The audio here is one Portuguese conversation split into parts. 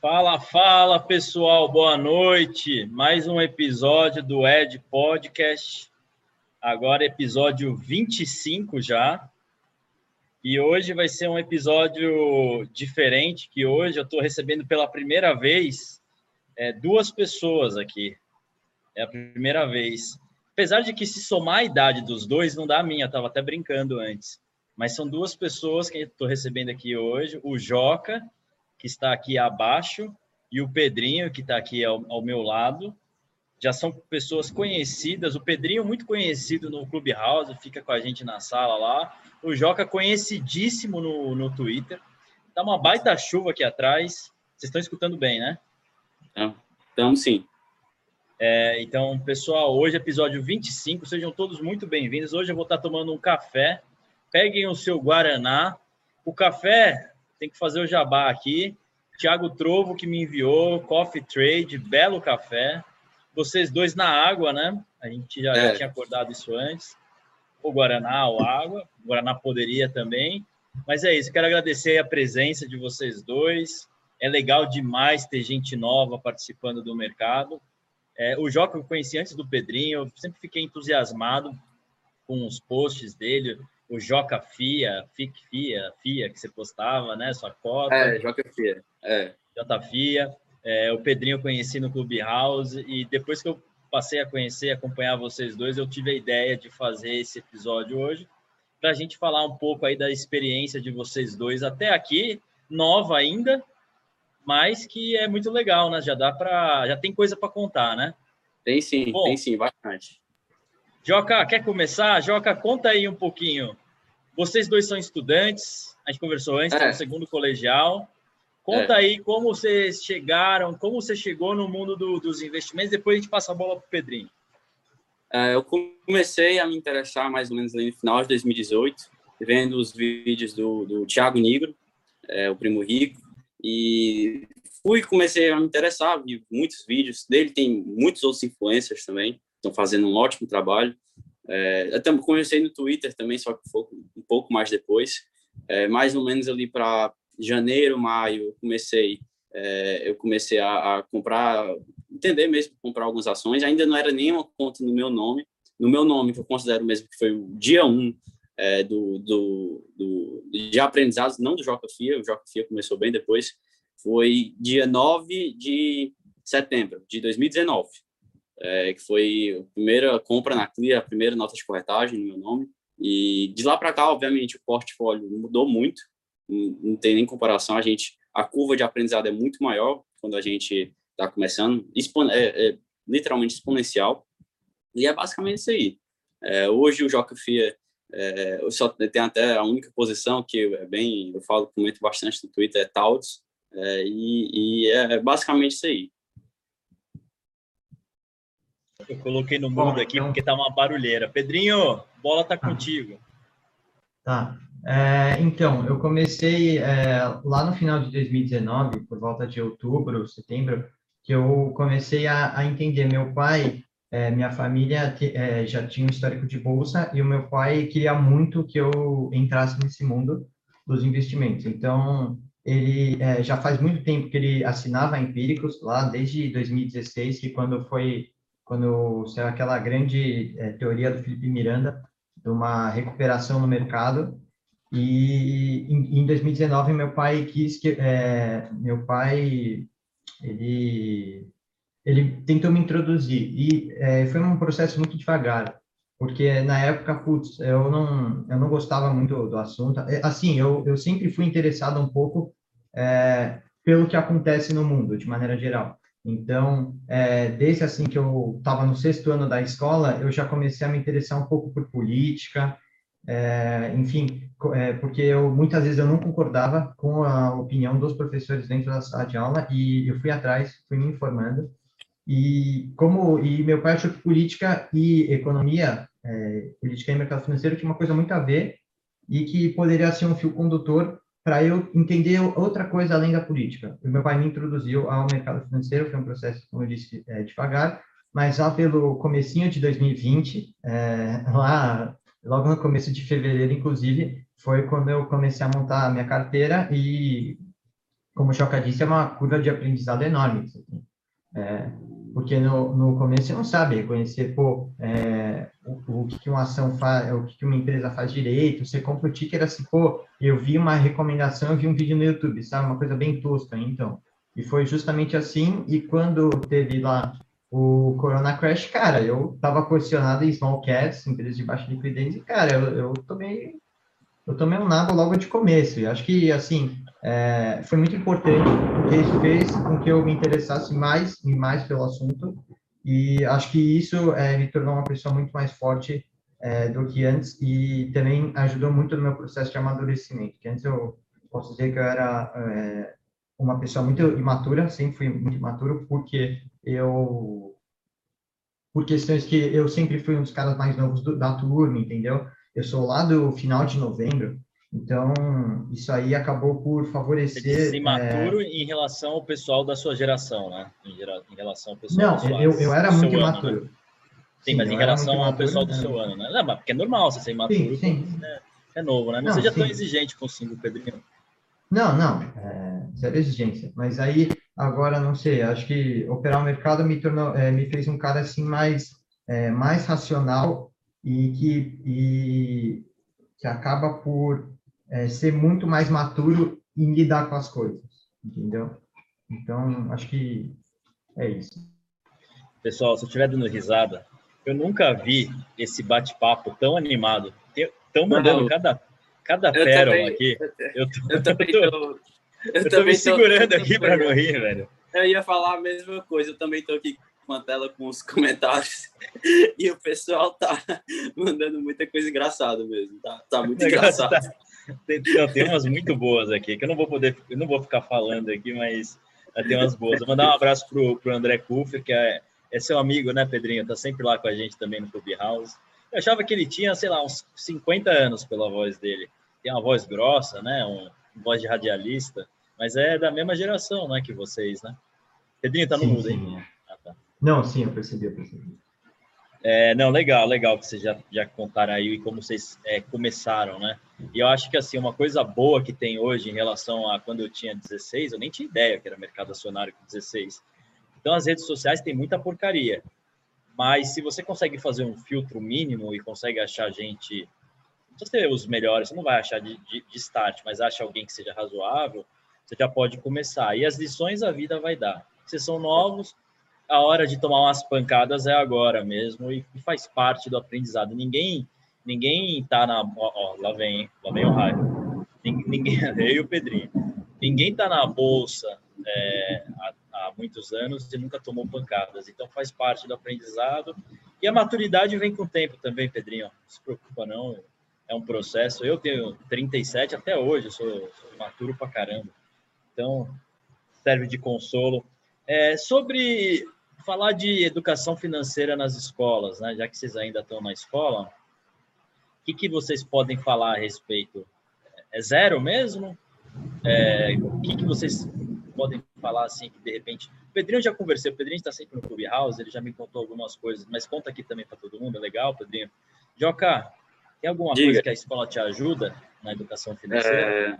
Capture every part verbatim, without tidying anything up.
Fala, fala, pessoal, boa noite. Mais um episódio do Ed Podcast. Agora episódio vinte e cinco já. E hoje vai ser um episódio diferente, que hoje eu estou recebendo pela primeira vez é, duas pessoas aqui. É a primeira vez. Apesar de que se somar a idade dos dois, não dá a minha, eu estava até brincando antes. Mas são duas pessoas que eu estou recebendo aqui hoje. O Joca, que está aqui abaixo, e o Pedrinho, que está aqui ao, ao meu lado. Já são pessoas conhecidas. O Pedrinho, muito conhecido no Clubhouse, fica com a gente na sala lá. O Joca, conhecidíssimo no, no Twitter. Tá uma baita chuva aqui atrás. Vocês estão escutando bem, né? Estamos sim. É, então, pessoal, hoje é episódio vinte e cinco. Sejam todos muito bem-vindos. Hoje eu vou estar tomando um café. Peguem o seu Guaraná. O café, tem que fazer o jabá aqui. Thiago Trovo, que me enviou. Coffee Trade, belo café. Vocês dois na água, né? A gente já, é. já tinha acordado isso antes. Ou Guaraná ou água. O Guaraná poderia também. Mas é isso, quero agradecer a presença de vocês dois. É legal demais ter gente nova participando do mercado. É, o Joca eu conheci antes do Pedrinho, eu sempre fiquei entusiasmado com os posts dele. O Joca Fia, Fic Fia, Fia, que você postava, né? Sua cota. É, Joca Fia. É. Jota Fia. É, o Pedrinho eu conheci no Clubhouse e depois que eu passei a conhecer, acompanhar vocês dois, eu tive a ideia de fazer esse episódio hoje para a gente falar um pouco aí da experiência de vocês dois até aqui, nova ainda, mas que é muito legal, né? Já dá para, já tem coisa para contar, né? Tem sim, Bom, tem sim, bastante. Joca, quer começar? Joca, conta aí um pouquinho. Vocês dois são estudantes, a gente conversou antes, é. no segundo colegial. Conta é. aí como vocês chegaram, como você chegou no mundo do, dos investimentos, depois a gente passa a bola para o Pedrinho. É, eu comecei a me interessar mais ou menos no final de dois mil e dezoito, vendo os vídeos do, do Thiago Nigro, é, o Primo Rico, e fui comecei a me interessar, vi muitos vídeos dele, tem muitos outros influencers também, estão fazendo um ótimo trabalho. É, eu também comecei no Twitter também, só que foi um pouco mais depois, é, mais ou menos ali para janeiro, maio, eu comecei, é, eu comecei a, a comprar, entender mesmo, comprar algumas ações. Ainda não era nenhuma conta no meu nome, no meu nome, que eu considero mesmo que foi o dia um é, do, do, do, de aprendizados, não do Joca Fia, o Joca Fia começou bem depois, foi dia nove de setembro de dois mil e dezenove, é, que foi a primeira compra na Clear, a primeira nota de corretagem no meu nome. E de lá para cá, obviamente, o portfólio mudou muito, não tem nem comparação. A gente, a curva de aprendizado é muito maior quando a gente está começando, expo, é, é literalmente exponencial, e é basicamente isso aí. É, hoje o Joca Fia, é, eu só tenho até a única posição que é bem, eu falo, comento bastante no Twitter, é Taurus, é, e, e é basicamente isso aí. Eu coloquei no mudo aqui então, porque tá uma barulheira. Pedrinho, bola tá ah. contigo. Tá. É, então, eu comecei é, lá no final de dois mil e dezenove, por volta de outubro, setembro, que eu comecei a, a entender. Meu pai, é, minha família te, é, já tinha um histórico de bolsa e o meu pai queria muito que eu entrasse nesse mundo dos investimentos. Então, ele é, já faz muito tempo que ele assinava a Empíricos, lá desde dois mil e dezesseis, que quando foi, quando saiu aquela grande é, teoria do Felipe Miranda, de uma recuperação no mercado. E em, em dois mil e dezenove meu pai quis que é, meu pai ele ele tentou me introduzir e é, foi um processo muito devagar, porque na época putz, eu não eu não gostava muito do assunto. Assim, eu eu sempre fui interessado um pouco é, pelo que acontece no mundo de maneira geral. Então, é, desde assim que eu estava no sexto ano da escola, eu já comecei a me interessar um pouco por política. É, enfim, é, porque eu muitas vezes eu não concordava com a opinião dos professores dentro da sala de aula e eu fui atrás, fui me informando e como e meu pai achou que política e economia, é, política e mercado financeiro tinha uma coisa muito a ver e que poderia ser um fio condutor para eu entender outra coisa além da política. O meu pai me introduziu ao mercado financeiro, foi um processo, como eu disse, é, devagar, mas lá pelo comecinho de dois mil e vinte, é, lá logo no começo de fevereiro, inclusive, foi quando eu comecei a montar a minha carteira e como o Joca disse, é uma curva de aprendizado enorme que você tem. É, porque no, no começo você não sabe reconhecer, pô, é, o, o que, que uma ação faz, o que, que uma empresa faz direito, você compra o ticker assim, pô, eu vi uma recomendação, eu vi um vídeo no YouTube, sabe, uma coisa bem tosca, então. E foi justamente assim, e quando teve lá o Corona Crash, cara, eu tava posicionado em small caps, empresas de baixa liquidez, e, cara, eu, eu tomei eu tomei um nabo logo de começo. E acho que, assim, é, foi muito importante, porque isso fez com que eu me interessasse mais e mais pelo assunto. E acho que isso é, me tornou uma pessoa muito mais forte é, do que antes e também ajudou muito no meu processo de amadurecimento. Que antes eu posso dizer que eu era é, uma pessoa muito imatura, sempre fui muito imaturo, porque eu por questões que eu sempre fui um dos caras mais novos do, da turma, entendeu? Eu sou lá do final de novembro, então isso aí acabou por Você diz favorecer. É... imaturo em relação ao pessoal da sua geração, né? Em, gera, em relação ao pessoal da Não, sua, eu, eu do era muito seu ano, né? imaturo. Sim, Sim, mas em eu era muito relação ao imaturo. pessoal do Era seu muito... ano, né? Não, mas porque é normal você ser Sim, imaturo quando sim. você é, é novo, né? Não Não, seja tão sim. exigente consigo, Pedrinho. Não, não. É, zero exigência. Mas aí, agora, não sei, acho que operar o mercado me tornou, é, me fez um cara assim mais, é, mais racional e que, e, que acaba por é, ser muito mais maturo em lidar com as coisas, entendeu? Então, acho que é isso. Pessoal, se eu estiver dando risada, eu nunca vi esse bate-papo tão animado. Estão mandando Não, cada, cada eu pérola também, aqui. Eu tô, eu eu também tô, tô, eu eu tô me também tô segurando muito aqui para não boiando. rir, velho. Eu ia falar a mesma coisa, eu também tô aqui com a tela com os comentários e o pessoal tá mandando muita coisa engraçada mesmo, tá, tá O muito negócio engraçado. tá. Tem, não, tem umas muito boas aqui, que eu não vou poder, eu não vou ficar falando aqui, mas uh, tem umas boas. Eu vou mandar um abraço pro, pro André Kuffer, que é, é seu amigo, né, Pedrinho? Tá sempre lá com a gente também no Clubhouse. Eu achava que ele tinha, sei lá, uns cinquenta anos pela voz dele. Tem uma voz grossa, né? Um, uma voz de radialista, mas é da mesma geração, né, que vocês, né? Pedrinho, tá no Sim, mudo, hein? sim. É. Ah, tá. Não, sim, eu percebi, eu percebi. É, não, legal, legal que vocês já, já contaram aí como vocês é, começaram, né? E eu acho que, assim, uma coisa boa que tem hoje em relação a quando eu tinha dezesseis, eu nem tinha ideia que era mercado acionário com dezesseis. Então, as redes sociais têm muita porcaria. Mas se você consegue fazer um filtro mínimo e consegue achar gente, não precisa ser os melhores, você não vai achar de, de, de start, mas acha alguém que seja razoável, você já pode começar. E as lições a vida vai dar. Vocês são novos, a hora de tomar umas pancadas é agora mesmo e faz parte do aprendizado. Ninguém ninguém tá na... Ó, ó, lá vem, lá vem o raio. Ninguém, eu e o Pedrinho. Ninguém tá na bolsa é, há, há muitos anos e nunca tomou pancadas. Então faz parte do aprendizado. E a maturidade vem com o tempo também, Pedrinho. Não se preocupa não, é um processo. Eu tenho trinta e sete até hoje, eu sou, sou maturo pra caramba. Então serve de consolo. É, sobre falar de educação financeira nas escolas, né? Já que vocês ainda estão na escola, o que, que vocês podem falar a respeito? É zero mesmo? É, o que, que vocês podem falar assim que de repente... O Pedrinho eu já conversei, o Pedrinho está sempre no Clubhouse, ele já me contou algumas coisas, mas conta aqui também para todo mundo, é legal, Pedrinho? Joca, tem alguma coisa Diga. que a escola te ajuda na educação financeira? É,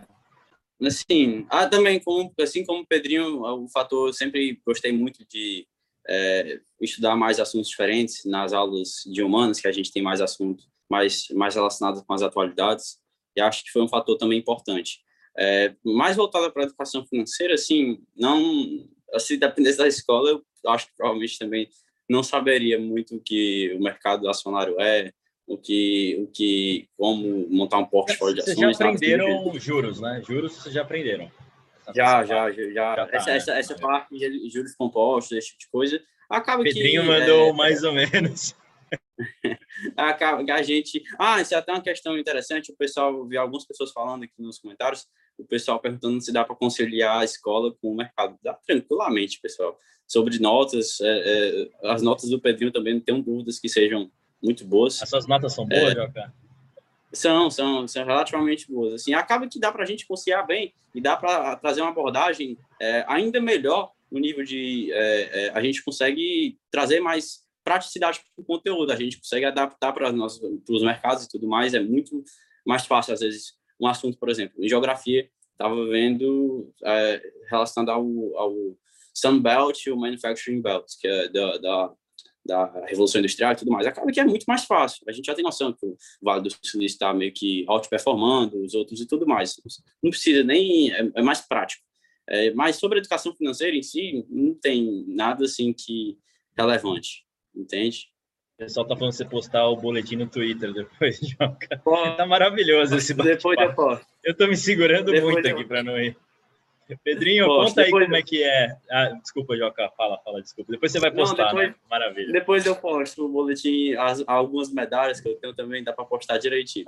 assim, ah, também, como, assim como o Pedrinho, o fator, eu sempre gostei muito de é, estudar mais assuntos diferentes nas aulas de humanas, que a gente tem mais assuntos mais, mais relacionados com as atualidades, e acho que foi um fator também importante. É, mais voltado para a educação financeira, assim, não, se dependesse da escola, eu acho que provavelmente também não saberia muito o que o mercado acionário é, o que, o que, como montar um portfólio de Vocês já ações, nada assim do gênero. aprenderam juros, né? Juros vocês já aprenderam. Essa, essa Já, já, parte. já, já. Já tá, Essa, né? essa, essa parte de juros compostos, esse tipo de coisa, acaba Pedrinho que mandou é, mais ou menos. acaba que a gente... Ah, isso é até uma questão interessante, o pessoal, vi algumas pessoas falando aqui nos comentários, o pessoal perguntando se dá para conciliar a escola com o mercado. Dá tranquilamente, pessoal. Sobre notas, é, é, as notas do Pedrinho também não tenho dúvidas que sejam muito boas. As suas notas são boas, Joca? São, são, são relativamente boas. Assim, acaba que dá para a gente conciliar bem e dá para trazer uma abordagem é, ainda melhor no nível de... É, é, a gente consegue trazer mais praticidade para o conteúdo, a gente consegue adaptar para os mercados e tudo mais, é muito mais fácil, às vezes, um assunto, por exemplo, em geografia, estava vendo é, relacionado ao, ao Sunbelt e o Manufacturing Belt, que é da, da, da Revolução Industrial e tudo mais. Acaba que é muito mais fácil. A gente já tem noção que o Vale do Silício está meio que outperformando os outros e tudo mais. Não precisa nem... É, é mais prático. É, mas sobre a educação financeira em si, não tem nada assim que relevante, entende? O pessoal tá falando pra você postar o boletim no Twitter depois, Joca. Tá maravilhoso esse bate-papo. Depois eu posto. Eu tô me segurando Depois muito eu... aqui para não ir. Pedrinho, Posto. conta aí Depois como eu... é que é. Ah, desculpa, Joca, fala, fala, desculpa. Depois você vai postar, não, depois... né? Maravilha. Depois eu posto o boletim, as, algumas medalhas que eu tenho também, dá para postar direitinho.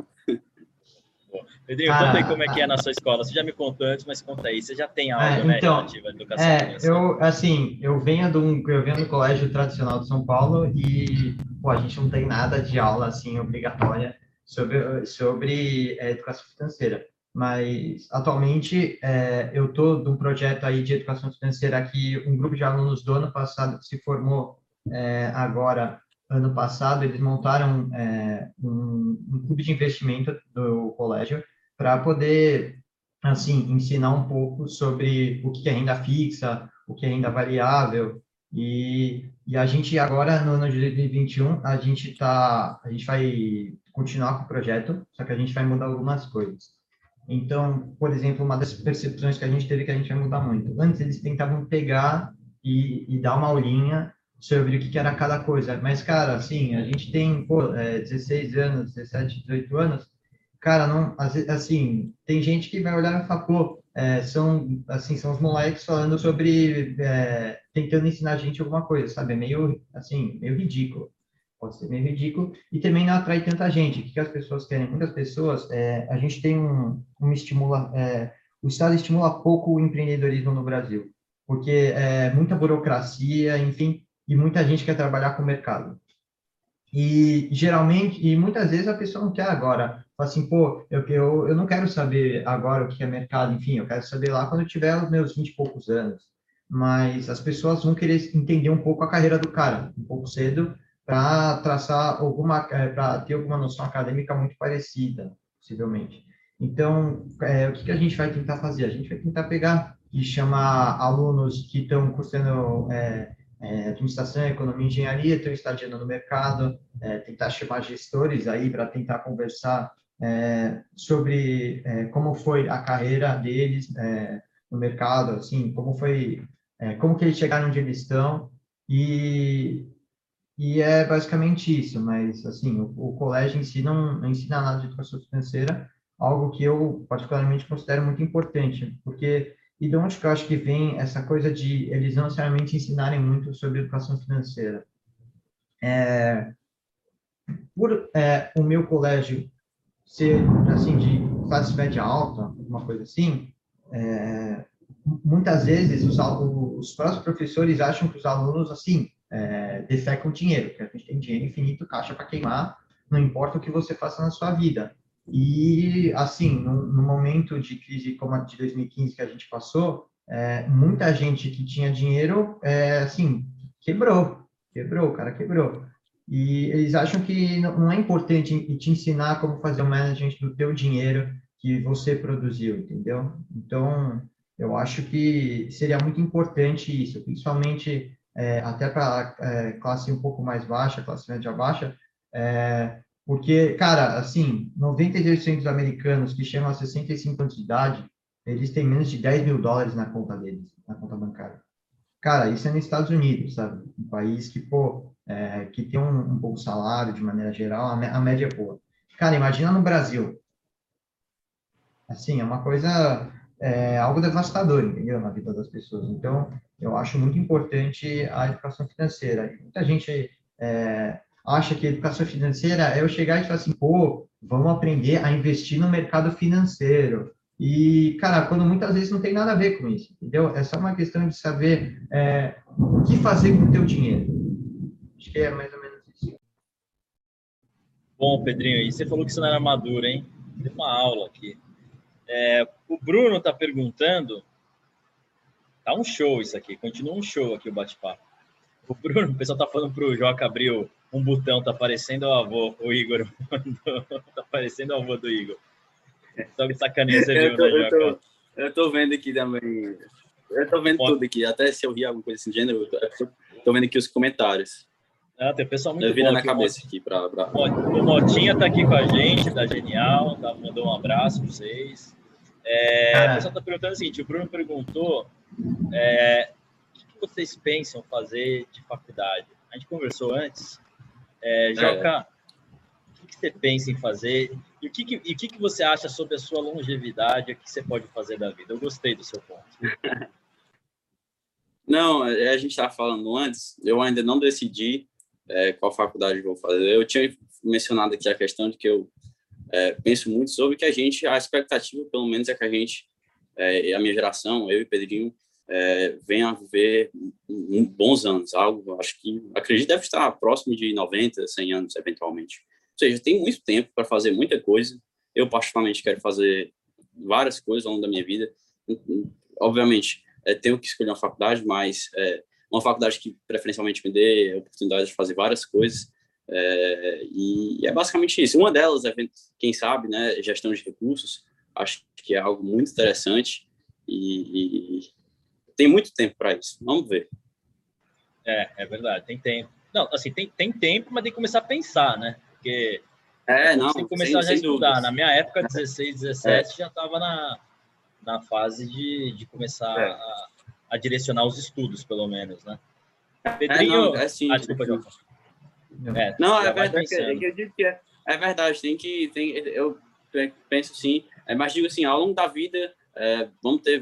Pedrinho, ah, conta aí como é que é na sua escola. Você já me contou antes, mas conta aí. Você já tem algo, é, né, então, relativa à educação é, financeira? Eu, assim, eu venho, de um, eu venho do colégio tradicional de São Paulo e, pô, a gente não tem nada de aula, assim, obrigatória sobre, sobre é, educação financeira. Mas, atualmente, é, eu estou de um projeto aí de educação financeira que um grupo de alunos do ano passado que se formou é, agora, ano passado, eles montaram é, um, um clube de investimento do colégio para poder, assim, ensinar um pouco sobre o que é renda fixa, o que é renda variável, e, e a gente agora, no ano de dois mil e vinte e um, a gente tá, a gente vai continuar com o projeto, só que a gente vai mudar algumas coisas. Então, por exemplo, uma das percepções que a gente teve que a gente vai mudar muito. Antes, eles tentavam pegar e, e dar uma aulinha sobre o que era cada coisa. Mas, cara, assim, a gente tem, pô, é, dezesseis anos, dezessete, dezoito anos, cara, não, assim, tem gente que vai olhar e falar, pô, é, são, assim, são os moleques falando sobre, é, tentando ensinar a gente alguma coisa, sabe? É meio, assim, meio ridículo. Pode ser meio ridículo e também não atrai tanta gente. O que as pessoas querem? Muitas pessoas, é, a gente tem um, um estimula, é, o Estado estimula pouco o empreendedorismo no Brasil, porque é muita burocracia, enfim, e muita gente quer trabalhar com o mercado. E geralmente, e muitas vezes a pessoa não quer agora. Fala assim, pô, eu, eu, eu não quero saber agora o que é mercado, enfim, eu quero saber lá quando eu tiver os meus vinte e poucos anos. Mas as pessoas vão querer entender um pouco a carreira do cara, um pouco cedo, para traçar alguma, para ter alguma noção acadêmica muito parecida, possivelmente. Então, é, o que, que a gente vai tentar fazer? A gente vai tentar pegar e chamar alunos que estão cursando é, é, administração, economia e engenharia, estão estagiando no mercado, é, tentar chamar gestores aí para tentar conversar é, sobre é, como foi a carreira deles é, no mercado, assim, como foi, é, como que eles chegaram onde eles estão e e é basicamente isso, mas, assim, o, o colégio em si não, não ensina nada de educação financeira, algo que eu particularmente considero muito importante, porque, e de onde que eu acho que vem essa coisa de eles não necessariamente ensinarem muito sobre educação financeira? É, por é, o meu colégio ser, assim, de classe média alta, alguma coisa assim, é, muitas vezes os, os próprios professores acham que os alunos, assim, é, defecam dinheiro, porque a gente tem dinheiro infinito, caixa para queimar, não importa o que você faça na sua vida. E, assim, no, no momento de crise como a de dois mil e quinze que a gente passou, é, muita gente que tinha dinheiro, é, assim, quebrou, quebrou, o cara quebrou. E eles acham que não é importante te ensinar como fazer o management do teu dinheiro que você produziu, entendeu? Então, eu acho que seria muito importante isso, principalmente é, até para é, classe um pouco mais baixa, classe média baixa, é, porque, cara, assim, noventa e dois por cento dos americanos que chegam a sessenta e cinco anos de idade, eles têm menos de dez mil dólares na conta deles, na conta bancária. Cara, isso é nos Estados Unidos, sabe? Um país que, pô, é, que tem um, um bom salário de maneira geral, a, a média é boa. Cara, imagina no Brasil. Assim, é uma coisa, é algo devastador, entendeu? Na vida das pessoas. Então, eu acho muito importante a educação financeira. E muita gente é, acha que a educação financeira é eu chegar e falar assim, pô, vamos aprender a investir no mercado financeiro. E, cara, quando muitas vezes não tem nada a ver com isso, entendeu? É só uma questão de saber é, o que fazer com o teu dinheiro. Acho que é mais ou menos isso. Bom, Pedrinho, e você falou que você não era maduro, hein? Deu uma aula aqui. É, o Bruno está perguntando, tá um show isso aqui, continua um show aqui o bate-papo. O Bruno, o pessoal tá falando pro Joca abrir um botão, tá parecendo o avô, o Igor, tá parecendo o avô do Igor. Só de sacaninha, você viu, tô, né, Joca? Eu tô, Eu tô vendo aqui também. Eu tô vendo Pode. tudo aqui. Até se eu rir alguma coisa assim de gênero, eu tô vendo aqui os comentários. Ah, tem pessoal muito eu bom. na cabeça aqui pra, pra... O Motinha tá aqui com a gente, da Genial, tá, mandou um abraço pra vocês. É, o pessoal tá perguntando o seguinte, o Bruno perguntou é, o que vocês pensam fazer de faculdade? A gente conversou antes. É, Joca, é. o que você pensa em fazer? E o que, que, e o que, que você acha sobre a sua longevidade? O que você pode fazer da vida? Eu gostei do seu ponto. Não, a gente estava falando antes, eu ainda não decidi é, qual faculdade vou fazer. Eu tinha mencionado aqui a questão de que eu é, penso muito sobre que a gente, a expectativa, pelo menos, é que a gente, é, a minha geração, eu e Pedrinho, é, venha a viver um, um, bons anos, algo, acho que, acredito, deve estar próximo de noventa, cem anos, eventualmente. Ou seja, tem muito tempo para fazer muita coisa. Eu, particularmente, quero fazer várias coisas ao longo da minha vida. Obviamente, É, tenho que escolher uma faculdade, mas é, uma faculdade que preferencialmente me dê a oportunidade de fazer várias coisas, é, e, e é basicamente isso. Uma delas é, quem sabe, né, gestão de recursos, acho que é algo muito interessante e, e tem muito tempo para isso, vamos ver. É, é verdade, tem tempo. Não, assim, tem, tem tempo, mas tem que começar a pensar, né, porque é, não, tem que começar sem, já a estudar. Dúvidas. Na minha época, dezesseis, dezessete, é. já estava na... na fase de, de começar é. a, a direcionar os estudos, pelo menos, né? Pedrinho... É, não, é sim, ah, desculpa, João. É, não, é verdade, que, eu digo que é, é verdade, tem que... Tem, eu penso sim, é, mas digo assim, ao longo da vida, é, vamos ter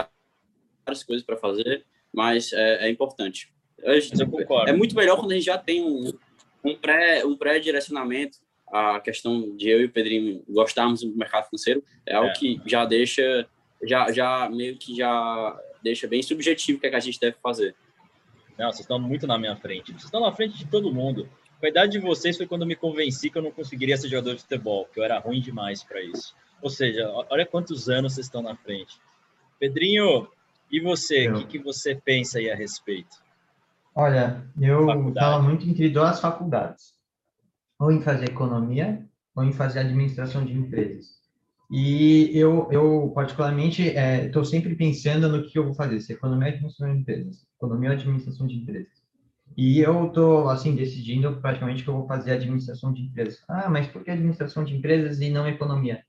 várias coisas para fazer, mas é, é importante. Eu, mas eu concordo. É muito melhor quando a gente já tem um, um, pré, um pré-direcionamento. A questão de eu e o Pedrinho gostarmos do mercado financeiro é algo é. que já deixa... Já, já meio que já deixa bem subjetivo o que, é que a gente deve fazer. Não, vocês estão muito na minha frente. Vocês estão na frente de todo mundo. A idade de vocês foi quando eu me convenci que eu não conseguiria ser jogador de futebol, que eu era ruim demais para isso. Ou seja, olha quantos anos vocês estão na frente. Pedrinho, e você? O que, que você pensa aí a respeito? Olha, eu estava muito entre duas faculdades. Ou em fazer economia, ou em fazer administração de empresas. E eu, eu particularmente, estou é, sempre pensando no que eu vou fazer, se economia ou administração de empresas. Economia ou administração de empresas. E eu estou, assim, decidindo praticamente que eu vou fazer administração de empresas. Ah, mas por que administração de empresas e não economia?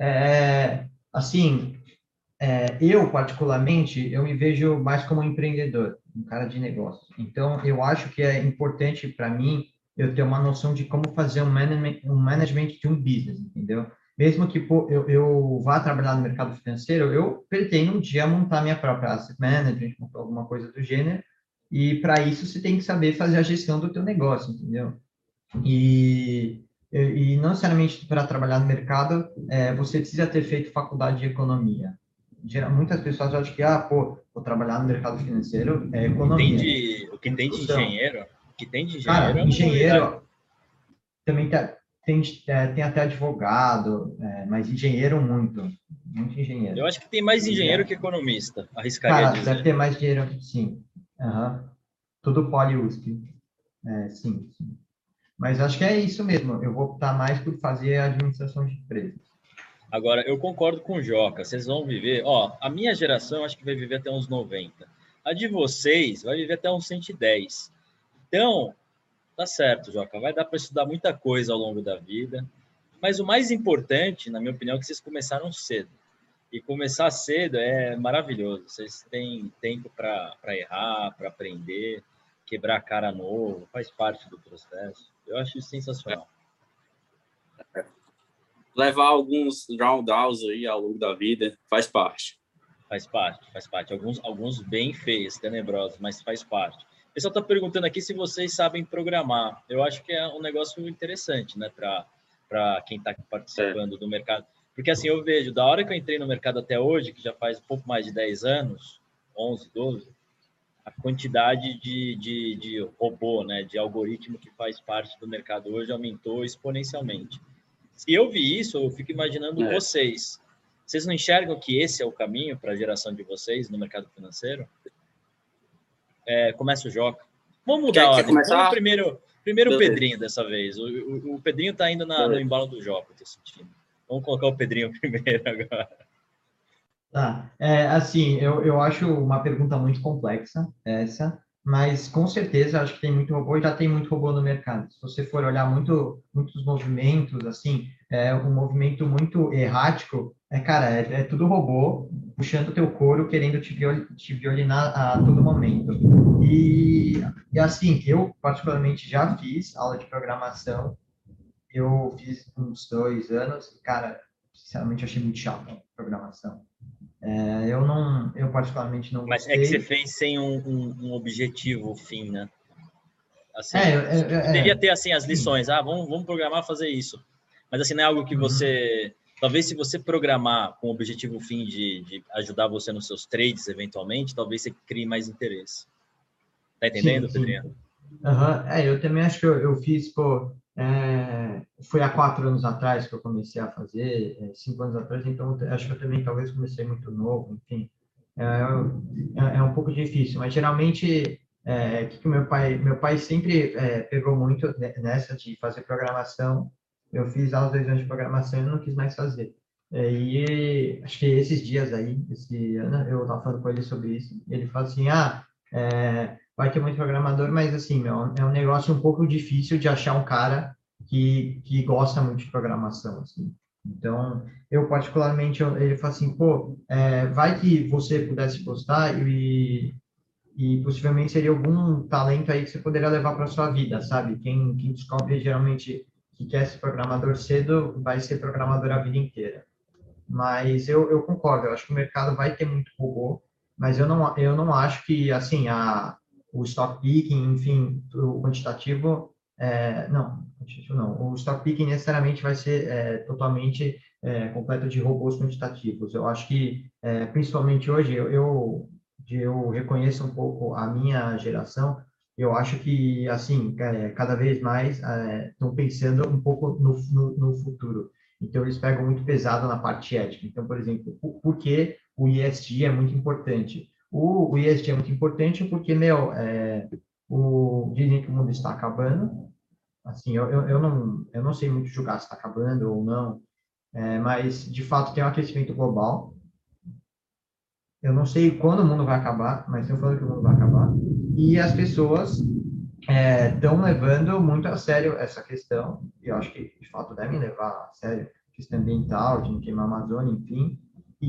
É, assim, é, eu, particularmente, eu me vejo mais como um empreendedor, um cara de negócio. Então, eu acho que é importante para mim eu ter uma noção de como fazer um management, um management de um business, entendeu? Mesmo que pô, eu, eu vá trabalhar no mercado financeiro, eu pretendo um dia montar minha própria asset management, alguma coisa do gênero, e para isso você tem que saber fazer a gestão do teu negócio, entendeu? E, e não necessariamente para trabalhar no mercado, é, você precisa ter feito faculdade de economia. Muitas pessoas acham que, ah, pô, vou trabalhar no mercado financeiro, é economia. O que tem de, o que tem de engenheiro, o que tem de engenheiro... Cara, engenheiro também tá, tem, é, tem até advogado, é, mas engenheiro muito, muito engenheiro. Eu acho que tem mais engenheiro é. que economista, arriscaria Cara, dizer. deve ter mais dinheiro, sim. Uhum. Tudo poli U S P. É, sim, sim. Mas acho que é isso mesmo, eu vou optar mais por fazer a administração de empresas. Agora, eu concordo com o Joca, vocês vão viver... Ó, a minha geração acho que vai viver até uns noventa. A de vocês vai viver até uns cento e dez. Então... Tá certo, Joca. Vai dar para estudar muita coisa ao longo da vida. Mas o mais importante, na minha opinião, é que vocês começaram cedo. E começar cedo é maravilhoso. Vocês têm tempo para errar, para aprender, quebrar a cara novo, faz parte do processo. Eu acho isso sensacional. Levar alguns drawdowns aí ao longo da vida faz parte. Faz parte, faz parte. Alguns, alguns bem feios, tenebrosos, mas faz parte. O pessoal está perguntando aqui se vocês sabem programar. Eu acho que é um negócio interessante, né, para quem está participando é. do mercado. Porque, assim, eu vejo, da hora que eu entrei no mercado até hoje, que já faz um pouco mais de dez anos, onze, doze, a quantidade de, de, de robô, né, de algoritmo que faz parte do mercado hoje aumentou exponencialmente. Se eu vi isso, eu fico imaginando é. vocês. Vocês não enxergam que esse é o caminho para a geração de vocês no mercado financeiro? É, começa o Joca. Vamos mudar a ordem. Vamos primeiro, primeiro o Pedrinho dessa vez. O, o, o Pedrinho está indo na, no embalo do Joca, eu tô sentindo. Vamos colocar o Pedrinho primeiro agora. Tá. É, assim, eu, eu acho uma pergunta muito complexa essa, mas com certeza acho que tem muito robô e já tem muito robô no mercado. Se você for olhar muito, muitos movimentos, assim, é um movimento muito errático, é, cara, é, é tudo robô puxando teu couro, querendo te, viol, te violinar a todo momento. E, e assim, eu particularmente já fiz aula de programação, eu fiz uns dois anos, e, cara, sinceramente achei muito chato a programação. É, eu não, eu particularmente não Mas é que você gostei. fez sem um, um, um objetivo fim, né? É, Assim, é, é, poderia é, ter assim as sim. lições, ah, vamos, vamos programar fazer isso. Mas assim, não é algo que Uhum. você, talvez se você programar com o objetivo fim de, de ajudar você nos seus trades eventualmente, talvez você crie mais interesse. Tá Sim, entendendo, sim. Pedrinho? Aham. É, eu também acho que eu, eu fiz, pô, é, foi há quatro anos atrás que eu comecei a fazer, é, cinco anos atrás, então eu acho que eu também talvez comecei muito novo, enfim. É, é, é um pouco difícil, mas geralmente, é, que que o meu pai, meu pai sempre é, pegou muito ne- nessa de fazer programação. Eu fiz aos dois anos de programação e não quis mais fazer. É, e acho que esses dias aí, esse ano, eu estava falando com ele sobre isso, e ele falou assim, ah, é, vai ter muito programador, mas assim, meu, é um negócio um pouco difícil de achar um cara que, que gosta muito de programação, assim. Então, eu particularmente, eu, ele fala assim, pô, é, vai que você pudesse gostar e, e possivelmente seria algum talento aí que você poderia levar para sua vida, sabe? Quem, quem descobre geralmente que quer ser programador cedo vai ser programador a vida inteira. Mas eu, eu concordo, eu acho que o mercado vai ter muito robô, mas eu não, eu não acho que, assim, a, o stock picking, enfim, o quantitativo, é, não, quantitativo não, o stock picking necessariamente vai ser é, totalmente é, completo de robôs quantitativos. Eu acho que, é, principalmente hoje, eu, eu, eu reconheço um pouco a minha geração, eu acho que, assim, é, cada vez mais estão pensando um pouco no, no, no futuro. Então, eles pegam muito pesado na parte ética. Então, por exemplo, por, por que o E S G é muito importante? O, o E S G é muito importante porque, meu, é, o, dizem que o mundo está acabando. Assim, eu, eu, eu, não, eu não sei muito julgar se está acabando ou não, é, mas, de fato, tem um aquecimento global. Eu não sei quando o mundo vai acabar, mas estou falando que o mundo vai acabar. E as pessoas estão levando muito a sério essa questão, e eu acho que, de fato, devem levar a sério a questão ambiental, de não queimar a Amazônia, enfim,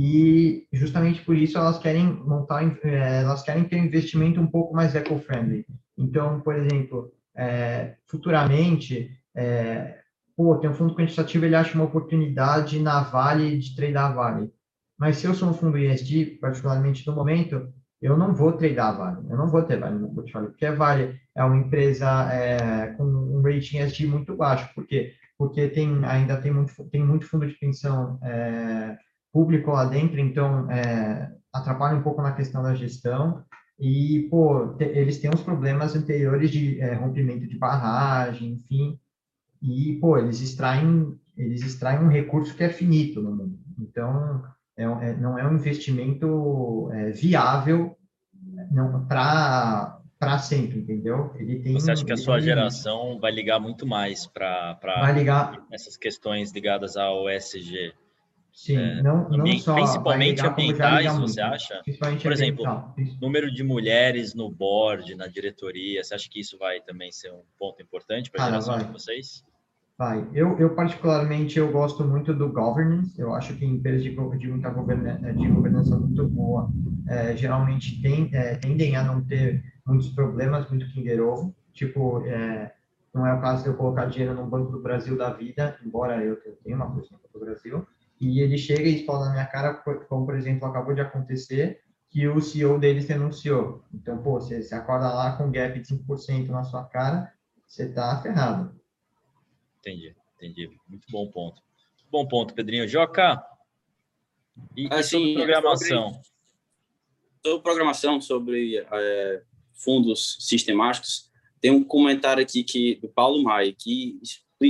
e justamente por isso elas querem montar, eh, elas querem ter um investimento um pouco mais eco-friendly. Então, por exemplo, é, futuramente, é, pô, tem um fundo quantitativo, ele acha uma oportunidade na Vale de tradar a Vale. Mas se eu sou um fundo E S G, particularmente no momento, eu não vou tradar a Vale, eu não vou ter Vale no portfólio, porque a Vale é uma empresa é, com um rating E S G muito baixo. Por quê? Porque tem, ainda tem muito, tem muito fundo de pensão é, público lá dentro, então é, atrapalha um pouco na questão da gestão. E, pô, te, eles têm uns problemas anteriores de é, rompimento de barragem, enfim. E, pô, eles extraem, eles extraem um recurso que é finito no mundo. Então, é, um- é, não é um investimento é, viável não para para sempre, entendeu? Ele tem, Você acha que a ele tem sua um limite. geração vai ligar muito mais para Vai ligar, essas questões ligadas ao E S G? sim, não, não Ambien- só vai principalmente ligar, como já liga ambientais, você muito, acha? principalmente Por exemplo, ambiental. número de mulheres no board, na diretoria, você acha que isso vai também ser um ponto importante para a Cara, geração de vai, vocês? vai. Eu, eu particularmente, eu gosto muito do governance, eu acho que empresas de, go- de muita governa, de governança muito boa, é, geralmente tem, é, tendem a não ter muitos problemas, muito Kinder Ovo, tipo, é, não é o caso de eu colocar dinheiro no Banco do Brasil da vida, embora eu tenha uma coisa no Banco do Brasil, e ele chega e explode na minha cara, como, por exemplo, acabou de acontecer, que o C E O deles renunciou. Então, pô, você, você acorda lá com um gap de cinco por cento na sua cara, você tá ferrado. Entendi, entendi. Muito bom ponto. Bom ponto, Pedrinho. Joca, e, e sobre Assim, é sobre, programação? sobre programação, sobre é, fundos sistemáticos, tem um comentário aqui que, do Paulo Maia, que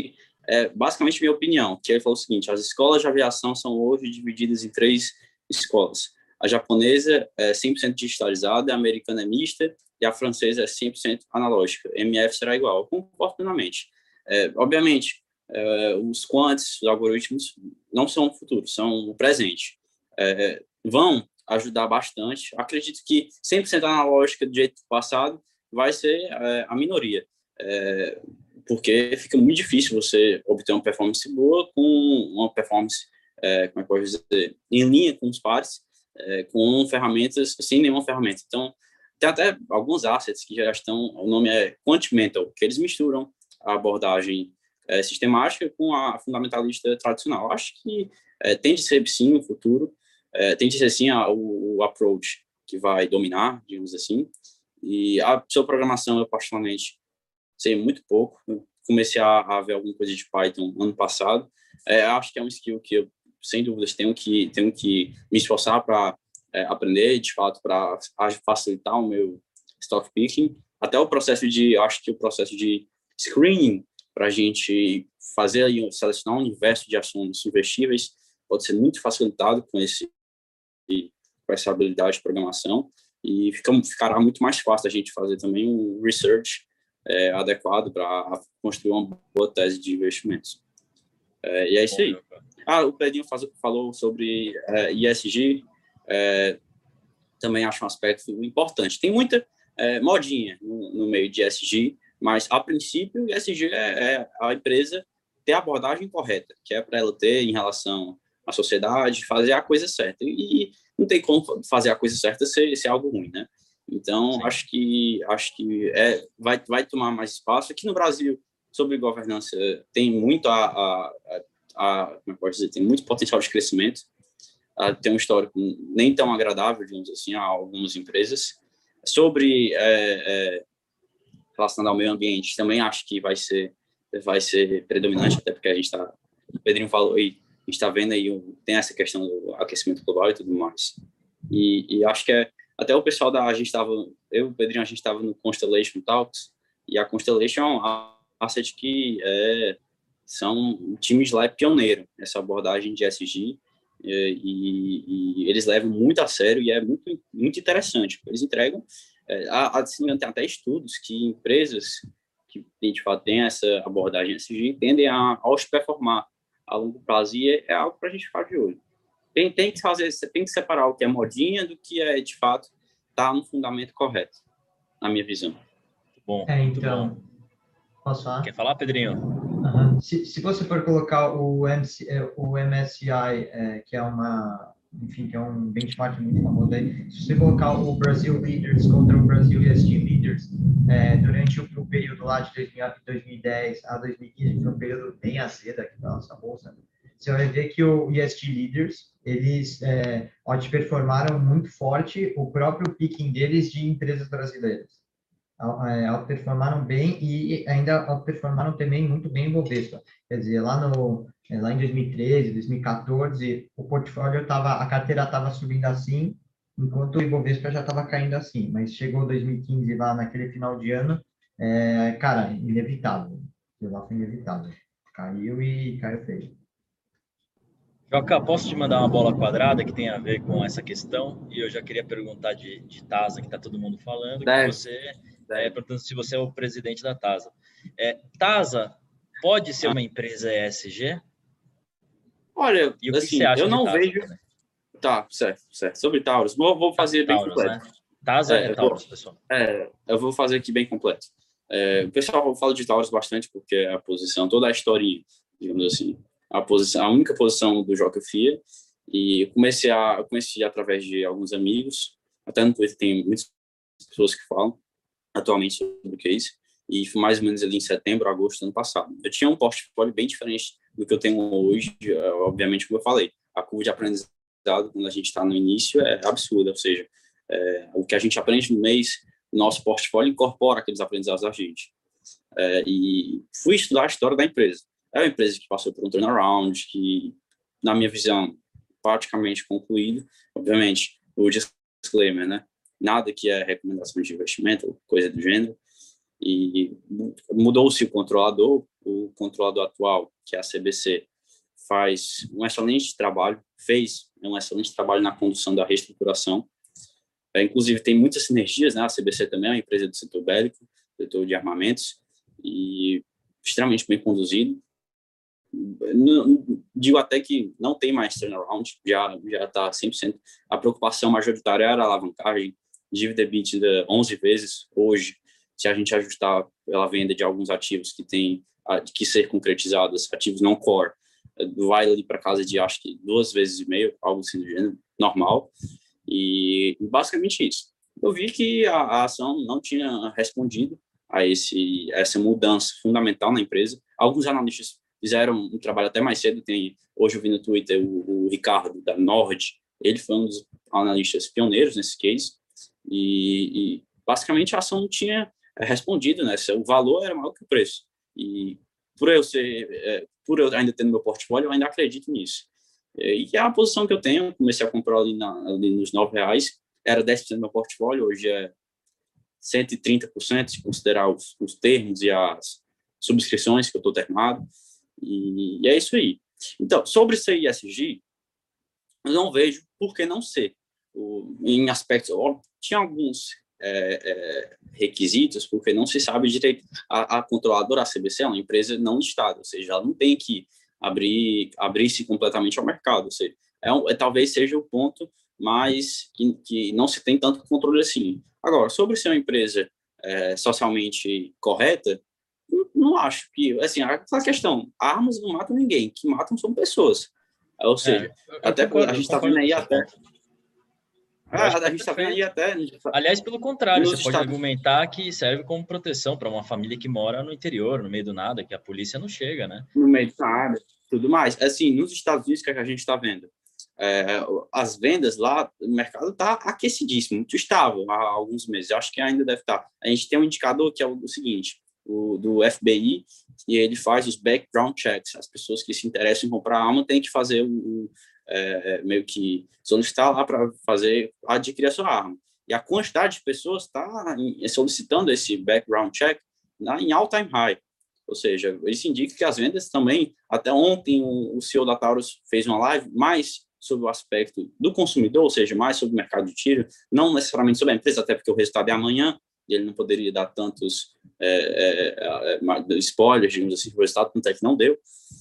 é basicamente minha opinião, que ele falou o seguinte: as escolas de aviação são hoje divididas em três escolas. A japonesa é cem por cento digitalizada, a americana é mista e a francesa é cem por cento analógica. M F será igual. Eu concordo plenamente. É, obviamente, é, os quants, os algoritmos, não são o futuro, são o presente. É, vão ajudar bastante. Acredito que cem por cento analógica do jeito passado vai ser é, a minoria, é, porque fica muito difícil você obter uma performance boa com uma performance, é, como é que eu posso dizer, em linha com os pares, é, com ferramentas, sem nenhuma ferramenta. Então, tem até alguns assets que já estão, o nome é Quantimental, que eles misturam a abordagem é, sistemática com a fundamentalista tradicional. Acho que é, tem de ser, sim, no futuro, é, tem de ser, sim, a, o, o approach que vai dominar, digamos assim. E a sua programação, eu particularmente sei muito pouco. Eu comecei a, a ver alguma coisa de Python ano passado. É, acho que é um skill que eu, sem dúvidas, tenho que, tenho que me esforçar para é, aprender, de fato, para facilitar o meu stock picking. Até o processo de, acho que o processo de screening, para a gente fazer aí, selecionar um universo de ações investíveis, pode ser muito facilitado com, esse, com essa habilidade de programação, e fica, ficará muito mais fácil a gente fazer também um research é, adequado para construir uma boa tese de investimentos. É, e é isso aí. Ah, o Pedrinho faz, falou sobre é, E S G, é, também acho um aspecto importante. Tem muita é, modinha no, no meio de E S G, mas, a princípio, o E S G é, é a empresa ter a abordagem correta, que é para ela ter em relação à sociedade, fazer a coisa certa. E não tem como fazer a coisa certa ser, ser algo ruim, né? Então, Sim. acho que, acho que é, vai, vai tomar mais espaço. Aqui no Brasil, sobre governança, tem muito a, a, a, a como eu posso dizer, tem muito potencial de crescimento. Uh, tem um histórico nem tão agradável, digamos assim, a algumas empresas. Sobre é, é, relacionado ao meio ambiente, também acho que vai ser vai ser predominante, até porque a gente está, o Pedrinho falou aí, a gente está vendo aí, tem essa questão do aquecimento global e tudo mais. E, e acho que é, até o pessoal da, a gente estava, eu e o Pedrinho, a gente estava no Constellation Talks, e a Constellation é um asset que é, são times lá é pioneiro, essa abordagem de E S G, e, e eles levam muito a sério e é muito, muito interessante. Eles entregam, é, a, a, tem até estudos que empresas que de fato têm essa abordagem E S G tendem a performar a longo prazo, e é, é algo para a gente ficar de olho. Tem, tem que fazer, tem que separar o que é modinha do que é de fato tá no fundamento correto, na minha visão. Bom, é, muito então, bom. Posso falar? Quer falar, Pedrinho? Uhum. Se, se você for colocar o, M C, o M S C I, é, que é uma, enfim, que é um benchmark muito famoso aí, se você colocar o Brasil Leaders contra o Brasil E S G Leaders, é, durante o, o período lá de dois mil e dez a dois mil e quinze, que foi um período bem azedo aqui da nossa bolsa, você vai ver que o E S G Leaders, eles é, outperformaram muito forte o próprio picking deles de empresas brasileiras. Outperformaram bem e ainda outperformaram também muito bem o Bovespa. Quer dizer, lá, no, lá em dois mil e treze, dois mil e quatorze, o portfólio estava, a carteira estava subindo assim, enquanto o Ibovespa já estava caindo assim. Mas chegou dois mil e quinze, lá naquele final de ano, é, cara, inevitável. Lá foi inevitável. Caiu e caiu feio. Joca, posso te mandar uma bola quadrada que tem a ver com essa questão? E eu já queria perguntar de, de Tasa, que está todo mundo falando, Deve, que você deve. é, perguntando se você é o presidente da Tasa. É, Tasa pode ser uma empresa E S G? Olha, e o que assim, você acha eu não de Tasa vejo. também? Tá, certo, certo. Sobre Taurus, vou, vou fazer bem Taurus, completo. né? Tasa É, é Taurus, pessoal. É, eu vou fazer aqui bem completo. É, o pessoal fala de Taurus bastante porque é a posição, toda a historinha, digamos assim, a posição, a única posição do Joca Fia. E eu comecei a, eu conheci através de alguns amigos, até no Twitter tem muitas pessoas que falam atualmente sobre o case, e foi mais ou menos ali em setembro, agosto do ano passado. Eu tinha um portfólio bem diferente do que eu tenho hoje, obviamente, como eu falei, a curva de aprendizado quando a gente está no início é absurda, ou seja, é, o que a gente aprende no mês, o nosso portfólio incorpora aqueles aprendizados da gente. É, e fui estudar a história da empresa. É uma empresa que passou por um turnaround, que, na minha visão, praticamente concluído. Obviamente, o disclaimer, né? Nada que é recomendação de investimento, coisa do gênero. E mudou-se o controlador, o controlador atual, que é a C B C, faz um excelente trabalho, fez um excelente trabalho na condução da reestruturação. É, inclusive, tem muitas sinergias, né? A C B C também é uma empresa do setor bélico, setor de armamentos, e extremamente bem conduzido. não, digo até que não tem mais turnaround, já já está cem por cento. A preocupação majoritária era a alavancagem, dívida EBITDA onze vezes hoje, se a gente ajustar pela venda de alguns ativos que têm que ser concretizados, ativos não core, vai ali para casa de, acho que, duas vezes e meio, algo assim do gênero, normal. E basicamente isso. Eu vi que a, a ação não tinha respondido a esse, essa mudança fundamental na empresa. Alguns analistas fizeram um trabalho até mais cedo. Tem, hoje eu vi no Twitter o, o Ricardo, da Nord, ele foi um dos analistas pioneiros nesse case. E, e basicamente a ação não tinha respondido, né? O valor era maior que o preço. E por eu ser, é, por eu ainda ter no meu portfólio, eu ainda acredito nisso. E é a posição que eu tenho. Comecei a comprar ali, na, ali nos nove reais, era dez por cento do meu portfólio, hoje é cento e trinta por cento, se considerar os, os termos e as subscrições que eu estou terminado. E, e é isso aí. Então, sobre ser E S G, eu não vejo por que não ser. O, em aspectos, ó, tinha alguns é, é, requisitos, porque não se sabe direito. A, a controladora, a C B C, é uma empresa não listada, ou seja, ela não tem que abrir abrir-se completamente ao mercado. Ou seja, é, um, é talvez seja o ponto mais que, que não se tem tanto controle assim. Agora, sobre ser uma empresa é, socialmente correta, não, não acho que, assim, a questão, armas não matam ninguém, que matam são pessoas. Ou seja, é, eu até concordo, a gente está vendo aí até... Ah, a gente está vendo aí até... Aliás, pelo contrário, você pode Estados... argumentar que serve como proteção para uma família que mora no interior, no meio do nada, que a polícia não chega, né? No meio do nada, tudo mais. Assim, nos Estados Unidos, o que, é que a gente está vendo? É, as vendas lá, o mercado está aquecidíssimo, muito estável há alguns meses. Eu acho que ainda deve estar. A gente tem um indicador que é o, o seguinte, o do F B I, e ele faz os background checks. As pessoas que se interessam em comprar arma têm que fazer o, o é, meio que solicitar lá para fazer adquirir a sua arma. E a quantidade de pessoas está solicitando esse background check na, em all time high. Ou seja, isso indica que as vendas também, até ontem o, o C E O da Taurus fez uma live mais sobre o aspecto do consumidor, ou seja, mais sobre o mercado de tiro, não necessariamente sobre a empresa, até porque o resultado é amanhã, e ele não poderia dar tantos é, é, é, spoilers, digamos assim, o resultado, tanto é que não deu.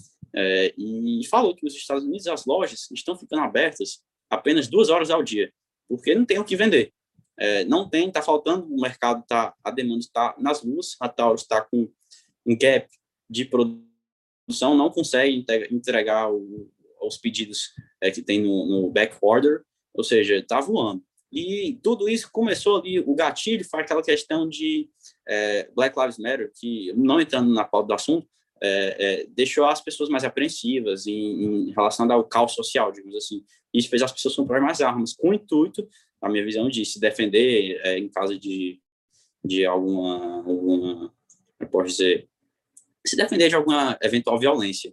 É, e falou que nos Estados Unidos as lojas estão ficando abertas apenas duas horas ao dia, porque não tem o que vender. É, não tem, está faltando, o mercado está, a demanda está nas ruas, a Taurus está com um gap de produção, não consegue entregar o, os pedidos é, que tem no, no back order, ou seja, está voando. E tudo isso começou ali, o gatilho foi aquela questão de é, Black Lives Matter, que, não entrando na pauta do assunto, é, é, deixou as pessoas mais apreensivas em, em relação ao caos social, digamos assim. Isso fez as pessoas comprarem mais armas, com o intuito, na minha visão, de se defender é, em caso de, de alguma, alguma, eu posso dizer, se defender de alguma eventual violência.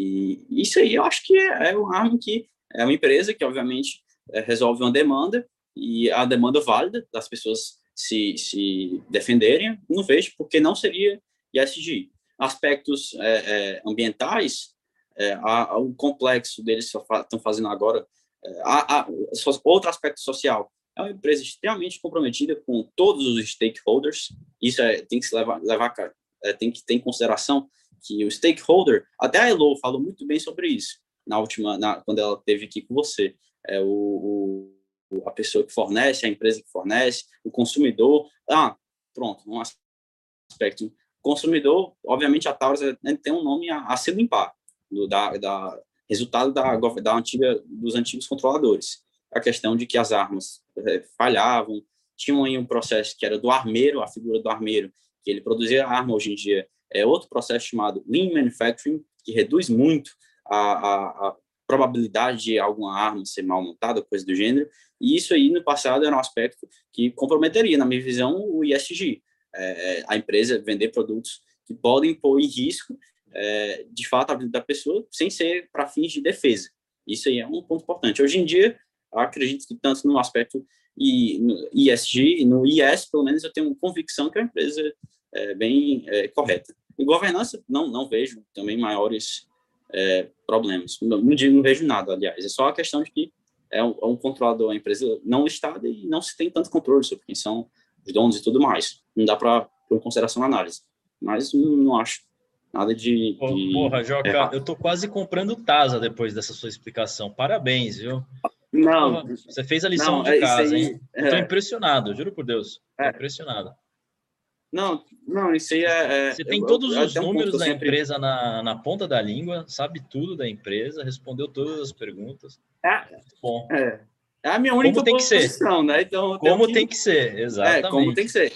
E isso aí eu acho que é uma arma que é uma empresa que, obviamente, é, resolve uma demanda, e a demanda válida das pessoas se, se defenderem, não vejo porque não seria E S G. Aspectos é, é, ambientais, é, a, a, o complexo deles estão fazendo agora, é, a, a, outro aspecto social, é uma empresa extremamente comprometida com todos os stakeholders, isso é, tem que se levar, levar cara, é, tem que ter em consideração que o stakeholder, até a Elo falou muito bem sobre isso, na última, na, quando ela esteve aqui com você, é, o, o, a pessoa que fornece, a empresa que fornece, o consumidor, ah, pronto, um aspecto, consumidor, obviamente a Taurus tem um nome a, a se limpar, do, da, da resultado da, da antiga, dos antigos controladores, a questão de que as armas é, falhavam, tinham aí um processo que era do armeiro, a figura do armeiro, que ele produzia a arma hoje em dia, é outro processo chamado Lean Manufacturing, que reduz muito a, a, a probabilidade de alguma arma ser mal montada, coisa do gênero, e isso aí no passado era um aspecto que comprometeria, na minha visão, o E S G, é, a empresa vender produtos que podem pôr em risco, é, de fato, a vida da pessoa, sem ser para fins de defesa. Isso aí é um ponto importante. Hoje em dia, eu acredito que tanto no aspecto e no E S G, no I S, pelo menos eu tenho convicção que é uma empresa é, bem é, correta. Em governança, não, não vejo também maiores é, problemas. Não, não, digo, não vejo nada, aliás. É só a questão de que é um, é um controlador, uma empresa não listada e não se tem tanto controle sobre quem são os donos e tudo mais. Não dá para pôr em consideração a análise. Mas não, não acho Nada de... de Porra, Joca, errado. eu tô quase comprando Tasa depois dessa sua explicação. Parabéns, viu? Não, Porra, você fez a lição não, de é isso casa, aí... hein? Eu tô É, impressionado, juro por Deus. Tô é, impressionado. não, não, isso aí é... é Você tem eu, eu, todos eu, os tem um ponto que números eu da sempre... empresa na, na ponta da língua, sabe tudo da empresa, respondeu todas as perguntas. É, Bom, é, é a minha como única tem que ser? posição, né? Então eu tenho Como tem que... que ser, É, como tem que exatamente. ser.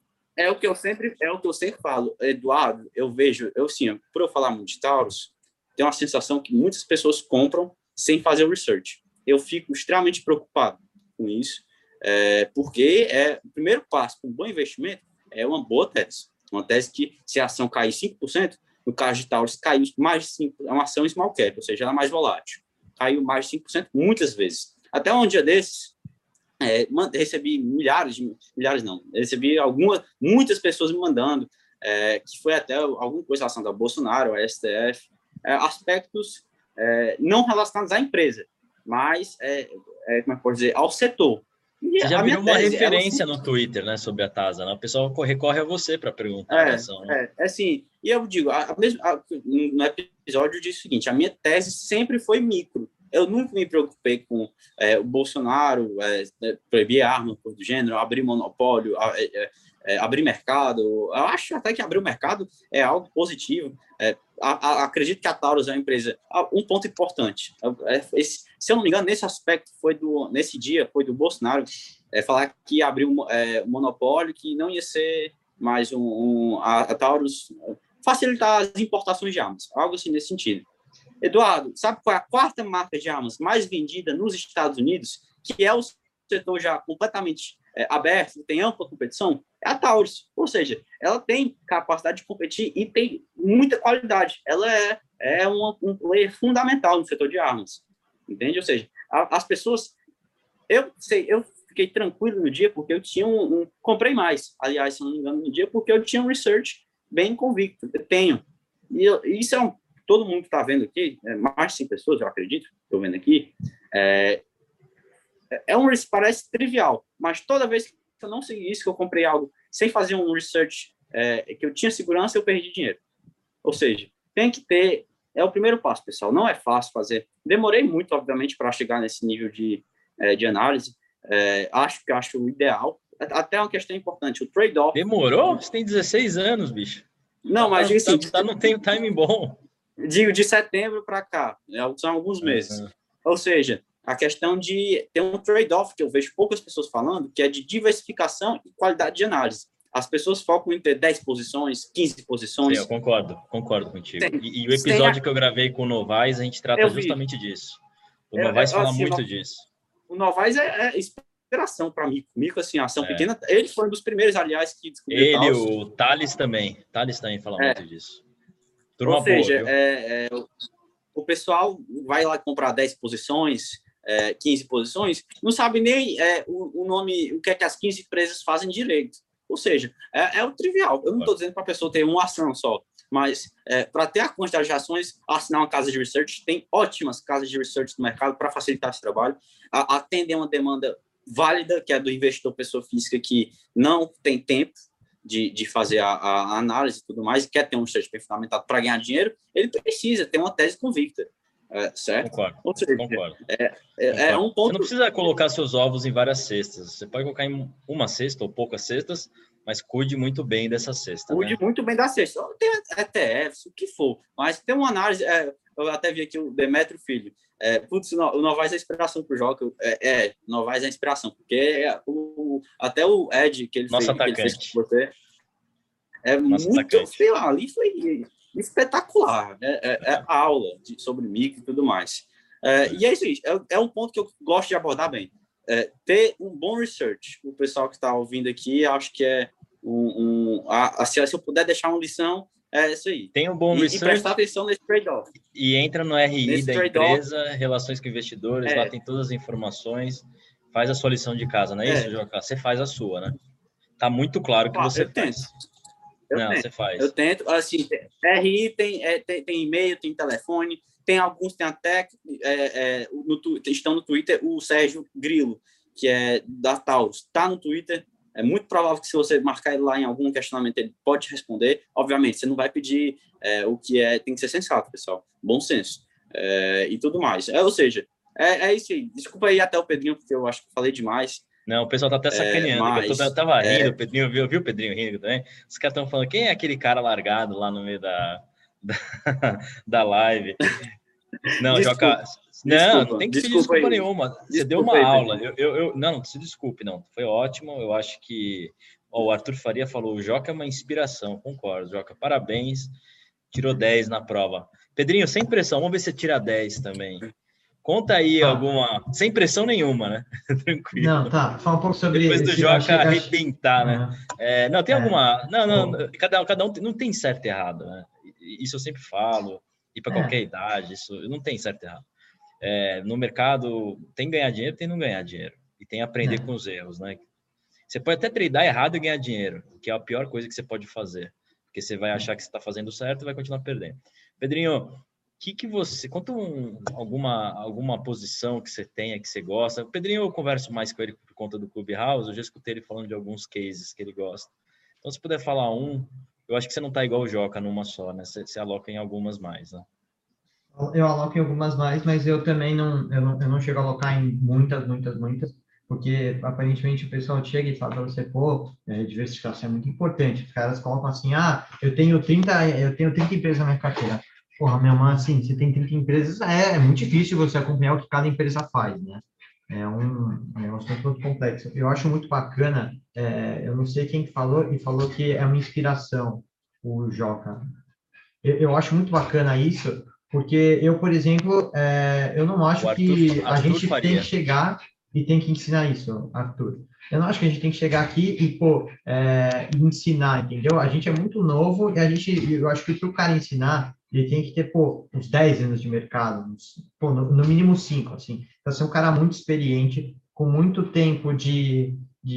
É o que eu sempre, é o que eu sempre falo, Eduardo, eu vejo, eu sim, por eu falar muito de Taurus, tem uma sensação que muitas pessoas compram sem fazer o research. Eu fico extremamente preocupado com isso, é, porque é o primeiro passo para um bom investimento é uma boa tese. Uma tese que, se a ação cair cinco por cento, no caso de Taurus, caiu mais de cinco por cento, é uma ação small cap, ou seja, ela é mais volátil. Caiu mais de cinco por cento muitas vezes. Até um dia desses, É, recebi milhares, de, milhares não, recebi algumas, muitas pessoas me mandando, é, que foi até alguma coisa relacionada ao Bolsonaro, ao S T F, é, aspectos é, não relacionados à empresa, mas, é, é, como é que pode dizer, ao setor. E Você já a minha virou uma tese, ela referência sempre, no Twitter, né, sobre a Tasa, né? O pessoal recorre a você para perguntar da é, ação, né? é, é assim, e eu digo, a, a mesma, a, no episódio eu disse o seguinte, a minha tese sempre foi micro. Eu nunca me preocupei com é, o Bolsonaro é, é, proibir arma do gênero, abrir monopólio, é, é, abrir mercado. Eu acho até que abrir o mercado é algo positivo. É, a, a, acredito que a Taurus é uma empresa. Um ponto importante, é, esse, se eu não me engano, nesse aspecto foi do nesse dia foi do Bolsonaro é, falar que abriu é, um monopólio, que não ia ser mais um, um a, a Taurus facilitar as importações de armas, algo assim nesse sentido. Eduardo, sabe qual é a quarta marca de armas mais vendida nos Estados Unidos, que é o setor já completamente é, aberto, tem ampla competição? É a Taurus. Ou seja, ela tem capacidade de competir e tem muita qualidade. Ela é, é uma, um player fundamental no setor de armas. Entende? Ou seja, a, as pessoas... Eu sei, eu fiquei tranquilo no dia porque eu tinha um, um... Comprei mais, aliás, se não me engano, no dia, porque eu tinha um research bem convicto. Eu tenho. E eu, isso é um... Todo mundo que está vendo aqui, é mais de cem pessoas, eu acredito, estou vendo aqui, é, é um, parece trivial, mas toda vez que eu não segui isso, que eu comprei algo sem fazer um research, é, que eu tinha segurança, eu perdi dinheiro. Ou seja, tem que ter, é o primeiro passo, pessoal, não é fácil fazer. Demorei muito, obviamente, para chegar nesse nível de, é, de análise, é, acho que acho o ideal, até uma questão importante, o trade-off... Demorou? Você tem dezesseis anos, bicho. Não, tá, mas tá, assim... tá, tá, não tem time bom. Digo, de setembro para cá, são alguns meses. Uhum. Ou seja, a questão de ter um trade-off, que eu vejo poucas pessoas falando, que é de diversificação e qualidade de análise. As pessoas focam em ter dez posições, quinze posições. Sim, eu concordo, concordo contigo. Tem, e, e o episódio a... que eu gravei com o Novaes, a gente trata justamente disso. O eu, Novaes eu, fala assim, muito o, disso. O Novaes é, é inspiração para mim. Mico, assim, ação é. pequena. Ele foi um dos primeiros, aliás, que descobriu Ele, Taurus. o Thales também. Thales também fala é. muito disso. Turma Ou seja, boa, é, é, o pessoal vai lá comprar dez posições, é, quinze posições, não sabe nem é, o, o nome, o que é que as quinze empresas fazem direito. Ou seja, é, é o trivial. Eu não estou dizendo para a pessoa ter uma ação só, mas é, para ter a quantidade de ações, assinar uma casa de research, tem ótimas casas de research no mercado para facilitar esse trabalho, a, atender uma demanda válida, que é do investidor pessoa física que não tem tempo de, de fazer a, a análise e tudo mais, e quer ter um research bem fundamentado para ganhar dinheiro, ele precisa ter uma tese convicta. É, certo? Concordo, Ou seja, concordo. É, é, concordo. é um ponto... Você não precisa colocar seus ovos em várias cestas. Você pode colocar em uma cesta ou poucas cestas, mas cuide muito bem dessa cesta. Cuide né? muito bem da cesta. Tem E T Fs, o que for, mas tem uma análise... É, eu até vi aqui o Demetrio Filho. É, putz, o Novaes é a inspiração para o Joca. É, é, Novaes é a inspiração, porque é o, até o Ed que ele, Nosso fez, que ele fez com você é Nosso muito, atacante. sei lá, ali foi espetacular. É, é, é aula de, sobre micro e tudo mais. É, é. E é isso aí. É, é um ponto que eu gosto de abordar bem. É, ter um bom research. O pessoal que está ouvindo aqui, acho que é um... um a, a, se eu puder deixar uma lição, é isso aí. Tem um bom e, research. E prestar atenção nesse trade-off. E entra no R I da empresa, relações com investidores, é. lá tem todas as informações, faz a sua lição de casa, não é, é. isso, Joca? Você faz a sua, né? Tá muito claro que ah, você eu faz. Tento. Eu não, tento. você faz. Eu tento, assim, R I tem, é, tem, tem e-mail, tem telefone, tem alguns, tem até, é, é, no, estão no Twitter, o Sérgio Grilo, que é da Taurus, tá no Twitter, é muito provável que se você marcar ele lá em algum questionamento, ele pode te responder. Obviamente, você não vai pedir é, o que é, tem que ser sensato, pessoal, bom senso, é, e tudo mais. É, ou seja, é, é isso aí. Desculpa aí até o Pedrinho, porque eu acho que falei demais. Não, o pessoal tá até sacaneando, é, que eu, tô, eu mas, tava rindo, é, o Pedrinho, viu, viu o Pedrinho rindo também? Os caras estão falando, quem é aquele cara largado lá no meio da, da, da live? Não, desculpa, Joca, não, não desculpa, tem que pedir desculpa desculpa aí. nenhuma. Você deu Desculpa uma aí, aula. Pedrinho. Eu, eu, eu- não, não se desculpe, não. Foi ótimo. Eu acho que ó, o Arthur Faria falou: o Joca é uma inspiração. Concordo, Joca. Parabéns. Tirou dez na prova. Pedrinho, sem pressão, vamos ver se você tira dez também. Conta aí Tá. alguma. Sem pressão nenhuma, né? Não, Tranquilo. tá. Fala um pouco sobre Depois do esse. Eu Joca achei, achei, arrebentar, né? ah, É, não, tem é, alguma. Não, pô, não, cada, cada um tem- não tem certo e errado, né? Isso eu sempre falo. E para qualquer é, idade, isso não tem certo e errado. É, no mercado, tem ganhar dinheiro, tem não ganhar dinheiro. E tem aprender né? com os erros, né? Você pode até treinar errado e ganhar dinheiro, que é a pior coisa que você pode fazer. Porque você vai achar que você está fazendo certo e vai continuar perdendo. Pedrinho, que que você... Conta um, alguma, alguma posição que você tenha, que você gosta. O Pedrinho, eu converso mais com ele por conta do Clubhouse, eu já escutei ele falando de alguns cases que ele gosta. Então, se puder falar um, eu acho que você não está igual o Joca numa só, né? Você, você aloca em algumas mais, né? Eu aloco em algumas mais, mas eu também não, eu não, eu não chego a alocar em muitas, muitas, muitas, porque aparentemente o pessoal chega e fala para você, pô, é, diversificação é muito importante. Os caras colocam assim, ah, eu tenho trinta, eu tenho trinta empresas na minha carteira. Porra, minha mãe, assim, você tem trinta empresas, é, é muito difícil você acompanhar o que cada empresa faz, né? É um, é um assunto muito complexo. Eu acho muito bacana, é, eu não sei quem falou, e falou que é uma inspiração, o Joca. Eu, eu acho muito bacana isso, porque eu, por exemplo, é, eu não O acho Arthur, que a Arthur gente tem que Faria. chegar e tem que ensinar isso, Arthur. Eu não acho que a gente tem que chegar aqui e, pô, é, ensinar, entendeu? A gente é muito novo e a gente, eu acho que para o cara ensinar, ele tem que ter, pô, uns dez anos de mercado, uns, pô, no, no mínimo cinco, assim. Então, ser um cara muito experiente, com muito tempo de,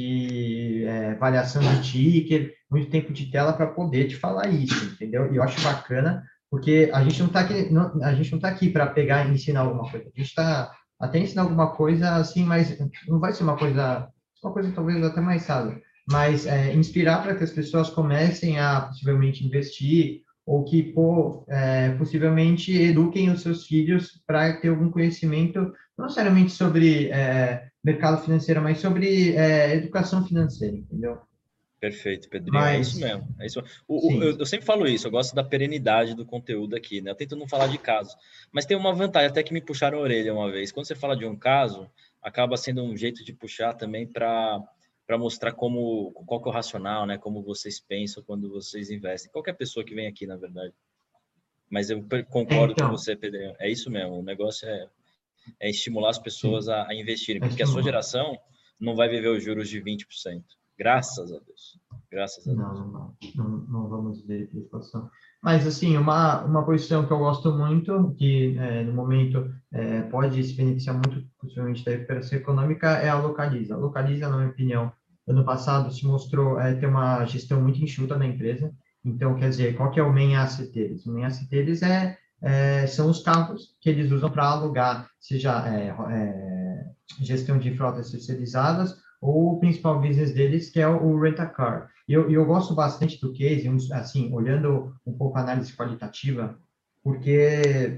de é, variação de ticker, muito tempo de tela para poder te falar isso, entendeu? E eu acho bacana, porque a gente não está aqui, não, a gente não tá aqui para pegar e ensinar alguma coisa. A gente está até ensinar alguma coisa assim, mas não vai ser uma coisa, uma coisa talvez até mais sábia, mas é, inspirar para que as pessoas comecem a possivelmente investir ou que pô, é, possivelmente eduquem os seus filhos para ter algum conhecimento, não necessariamente sobre é, mercado financeiro, mas sobre é, educação financeira, entendeu? Perfeito, Pedrinho. É isso Mas, mesmo. É isso. O, o- eu, sim, eu sempre falo isso, eu gosto da perenidade do conteúdo aqui, né? Eu tento não falar de casos, mas tem uma vantagem, até que me puxaram a orelha uma vez. Quando você fala de um caso, acaba sendo um jeito de puxar também para para mostrar como qual que é o racional, né? Como vocês pensam quando vocês investem. Qualquer pessoa que vem aqui, na verdade. Mas eu per- é, concordo com então, você, Pedrinho. É isso mesmo. O negócio é, é estimular as pessoas sim, a, a investirem, é porque a sua estimular. geração não vai viver os juros de vinte por cento. Graças a Deus. Graças a Não, Deus. não, não, não vamos ver a situação. Mas, assim, uma, uma posição que eu gosto muito, que é, no momento é, pode se beneficiar muito, possivelmente, da recuperação econômica, é a Localiza. A Localiza, na minha opinião, ano passado se mostrou é, ter uma gestão muito enxuta na empresa. Então, quer dizer, qual que é o main asset deles? O main asset deles é, é, são os carros que eles usam para alugar, seja é, é, gestão de frotas terceirizadas ou o principal business deles, que é o rent-a-car. E eu, eu gosto bastante do case, assim, olhando um pouco a análise qualitativa, porque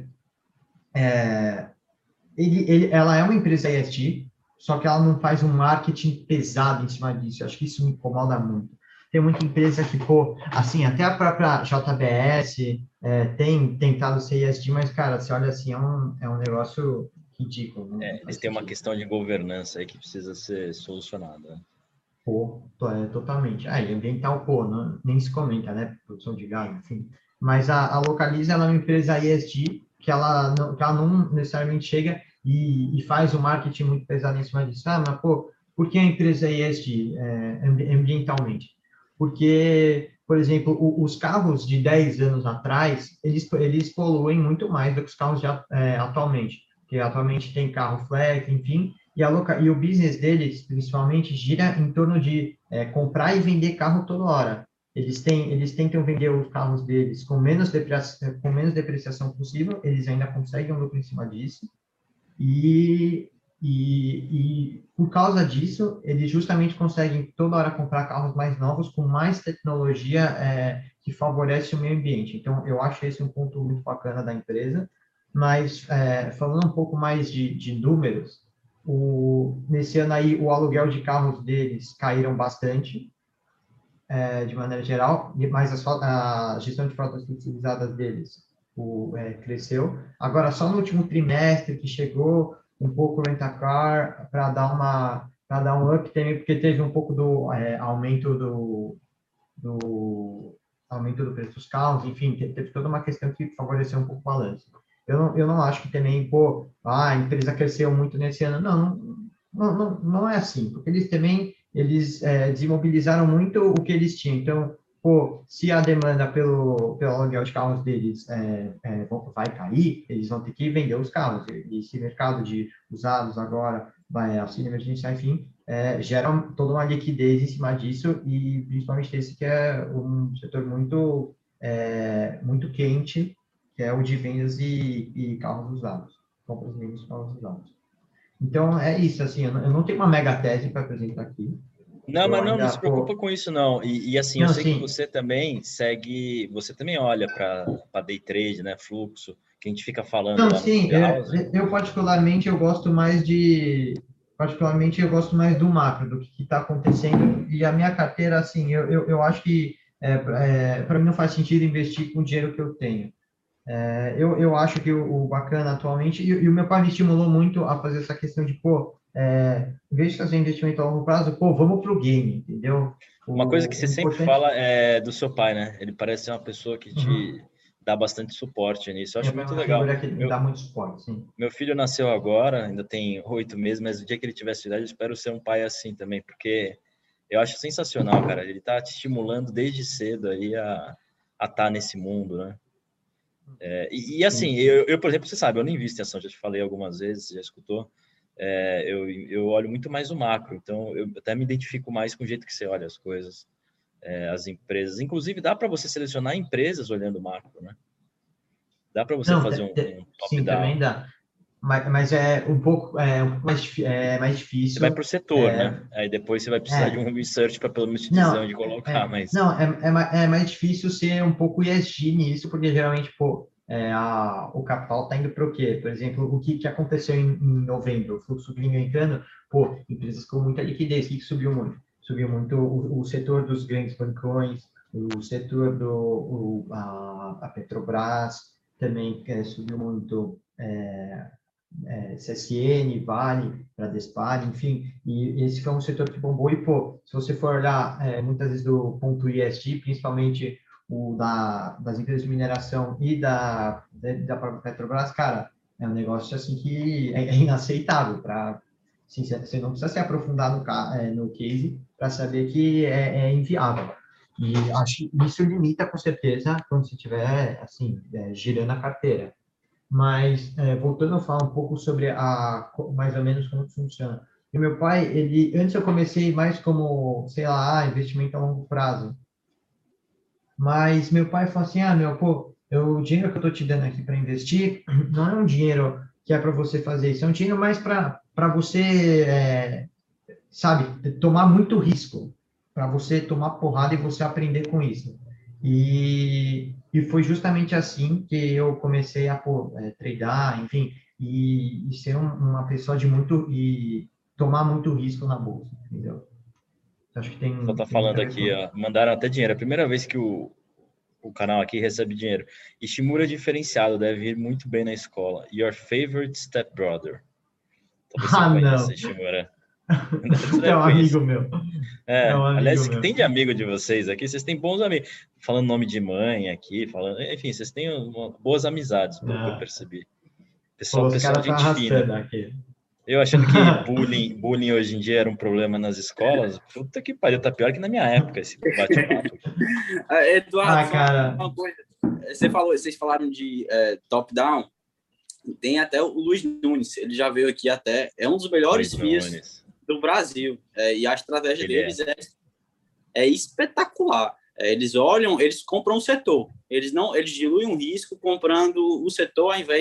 é, ele, ele, ela é uma empresa E S G, só que ela não faz um marketing pesado em cima disso. Eu acho que isso me incomoda muito. Tem muita empresa que, pô, assim, até a própria J B S é, tem tentado ser E S G, mas, cara, você olha assim, é um, é um negócio ridículo, não, não É, eles faz têm uma sentido. questão de governança aí que precisa ser solucionada, né? Pô, to- é, totalmente. Ah, e ambiental, pô, não, nem se comenta, né? Produção de gado, enfim. Mas a, a Localiza, ela é uma empresa E S G que ela não, que ela não necessariamente chega e, e faz o marketing muito pesado em cima disso. Ah, mas, pô, por que a empresa E S G é, ambi- ambientalmente? Porque, por exemplo, o, os carros de dez anos atrás, eles, eles poluem muito mais do que os carros de, é, atualmente. Porque atualmente tem carro flex, enfim, e, a loca... e o business deles, principalmente, gira em torno de é, comprar e vender carro toda hora. Eles, têm, eles tentam vender os carros deles com menos, deprecia... com menos depreciação possível, eles ainda conseguem um lucro em cima disso, e E, e por causa disso, eles justamente conseguem toda hora comprar carros mais novos com mais tecnologia é, que favorece o meio ambiente. Então, eu acho esse um ponto muito bacana da empresa. Mas, é, falando um pouco mais de, de números, o, nesse ano aí, o aluguel de carros deles caíram bastante, é, de maneira geral, mas a, a gestão de frotas utilizadas deles o, é, cresceu. Agora, só no último trimestre que chegou um pouco o rent-a-car para dar uma para dar um up também, porque teve um pouco do é, aumento do, do aumento do preço dos carros, enfim, teve toda uma questão que favoreceu um pouco o balanço. Eu não, eu não acho que também, pô, ah, a empresa cresceu muito nesse ano. Não, não, não, não é assim, porque eles também eles é, desmobilizaram muito o que eles tinham. Então, pô, se a demanda pelo, pelo aluguel de carros deles é, é, vai cair, eles vão ter que vender os carros. E esse mercado de usados agora, vai, auxílio emergencial, enfim, é, gera toda uma liquidez em cima disso, e principalmente esse que é um setor muito, é, muito quente, que é o de vendas e, e carros usados, compras e vendas de carros usados. Então, é isso, assim, eu não, eu não tenho uma mega tese para apresentar aqui. Não, Eu mas não, não ainda, se preocupa pô, com isso, não. E, e assim, eu não, sei que sim, você também segue, você também olha para day trade, né? Fluxo, que a gente fica falando não, lá no sim, Clubhouse. é, eu particularmente eu gosto mais de, particularmente eu gosto mais do macro, do que está acontecendo, e a minha carteira, assim, eu, eu, eu acho que é, é, para mim não faz sentido investir com o dinheiro que eu tenho. É, eu, eu acho que o, o bacana atualmente, e, e o meu pai me estimulou muito a fazer essa questão de, pô, é, em vez de fazer investimento a longo prazo, pô, vamos pro game, entendeu? Uma coisa que O, você o sempre importante, fala é do seu pai, né? Ele parece ser uma pessoa que uhum, te dá bastante suporte nisso. Eu meu acho pai é muito uma legal. figura que me Meu, dá muito suporte, sim. meu filho nasceu agora, ainda tem oito meses, mas o dia que ele tiver sua idade, eu espero ser um pai assim também, porque eu acho sensacional, cara. Ele tá te estimulando desde cedo aí a a estar nesse mundo, né? É, e, e, assim, Sim. eu, eu, por exemplo, você sabe, eu não invisto em ação, já te falei algumas vezes, você já escutou. É, eu, eu olho muito mais o macro, então eu até me identifico mais com o jeito que você olha as coisas, é, as empresas. Inclusive, dá para você selecionar empresas olhando o macro, né? Dá para você Não, fazer te- um, te- um sim, top-down. também dá. Mas, mas é um pouco, é um pouco mais, difí- é, mais Você vai difícil. por setor, É, né? Aí depois você vai precisar de é, um research para pelo menos te dizer não, onde colocar, é, mas não é, é, ma- é mais difícil ser um pouco E S G nisso, porque geralmente, pô, é, a, o capital está indo para o quê? Por exemplo, o que, que aconteceu em, em novembro? O fluxo vinha entrando, pô, empresas com muita liquidez, o que, que subiu muito? Subiu muito o, o setor dos grandes bancões, o setor do o, a, a Petrobras, também é, subiu muito. É, é, C S N, Vale, Bradespar, enfim, e esse foi um setor que bombou. E, pô, se você for olhar é, muitas vezes do ponto E S G, principalmente o da, das empresas de mineração e da, da, da própria Petrobras, cara, é um negócio assim que é, é inaceitável. Para assim, você não precisa se aprofundar no, é, no case para saber que é, é inviável. E acho que isso limita, com certeza, quando você estiver, assim, é, girando a carteira. Mas, é, voltando a falar um pouco sobre a, mais ou menos como funciona. E meu pai, ele, antes eu comecei mais como, sei lá, ah, investimento a longo prazo. Mas meu pai falou assim, ah, meu, pô, eu, o dinheiro que eu tô te dando aqui para investir não é um dinheiro que é para você fazer isso, é um dinheiro mais para para você, é, sabe, tomar muito risco, para você tomar porrada e você aprender com isso. E, e foi justamente assim que eu comecei a pô, é, treinar, enfim, e, e ser um, uma pessoa de muito e tomar muito risco na bolsa, entendeu? Acho que só tem, tá tem muito a falando ver com aqui, isso. ó, mandaram até dinheiro. É a primeira vez que o, o canal aqui recebe dinheiro. Ishimura diferenciado, deve ir muito bem na escola. Your favorite stepbrother. Talvez você Ah, conheça, não, Ishimura. Você é deve um conhecer. amigo meu, é É, um amigo aliás, o que meu. tem de amigo de vocês aqui? Vocês têm bons amigos. Falando nome de mãe aqui, falando, enfim, vocês têm uma, boas amizades, pelo que eu Né? percebi. Pô, Pessoal, os pessoal, caras estão gente fina. arrastando aqui. Eu achando que bullying, bullying hoje em dia era um problema nas escolas. Puta que pariu, tá pior que na minha época esse bate-papo aqui. Ah, Eduardo, Ah, só cara, uma coisa. Você falou, vocês falaram de é, top-down. Tem até o Luiz Nunes, ele já veio aqui até. É um dos melhores Luiz F I As Nunes. do Brasil. É, e a estratégia Ele é. deles é, é espetacular. É, eles olham, eles compram o setor. Eles não, eles diluem o risco comprando o setor ao invés de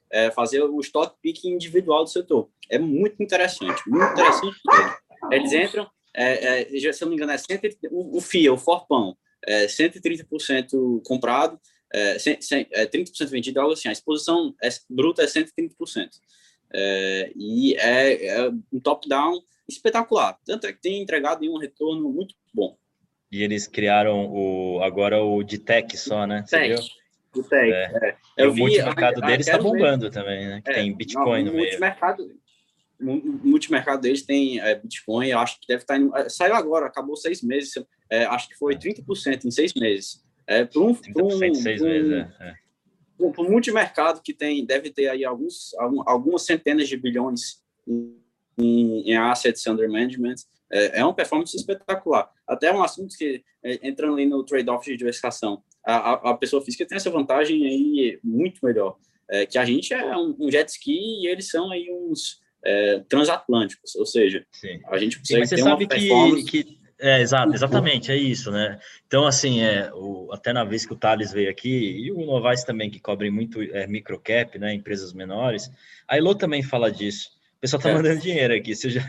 é, fazer o stock pick individual do setor. É muito interessante, muito interessante. Eles entram, é, é, já, se eu não me engano, é cem, o, o F I A, o Forpão, é cento e trinta por cento comprado, é, cem, cem, é, trinta por cento vendido, algo assim. A exposição é, bruta é cento e trinta por cento. É, e é, é um top-down espetacular. Tanto é que tem entregado em um retorno muito bom. E eles criaram o, agora o de tech só, né? Você Tech. viu? O tech, É. é. E Eu o vi, multimercado a, a, deles está bombando ver, também, né? Que é, tem Bitcoin no, no meio. Multimercado, o multimercado deles tem é, Bitcoin, eu acho que deve estar... Em, saiu agora, acabou seis meses, é, acho que foi trinta por cento em seis meses. É, para um, trinta por cento em seis um, meses, é. é. Para o multimercado, que tem, deve ter aí alguns, algumas centenas de bilhões em, em, em assets under management, é, é uma performance espetacular. Até um assunto que, é, entrando ali no trade-off de diversificação, a, a, a pessoa física tem essa vantagem aí muito melhor, é, que a gente é um, um jet ski e eles são aí uns é, transatlânticos, ou seja, Sim. a gente Sim, mas você ter sabe uma performance... que, que é exa exatamente, é isso, né? Então, assim, é, o, até na vez que o Thales veio aqui, e o Novaes também, que cobre muito é, microcap, né? Empresas menores, a Elo também fala disso. O pessoal tá é. mandando dinheiro aqui, você já...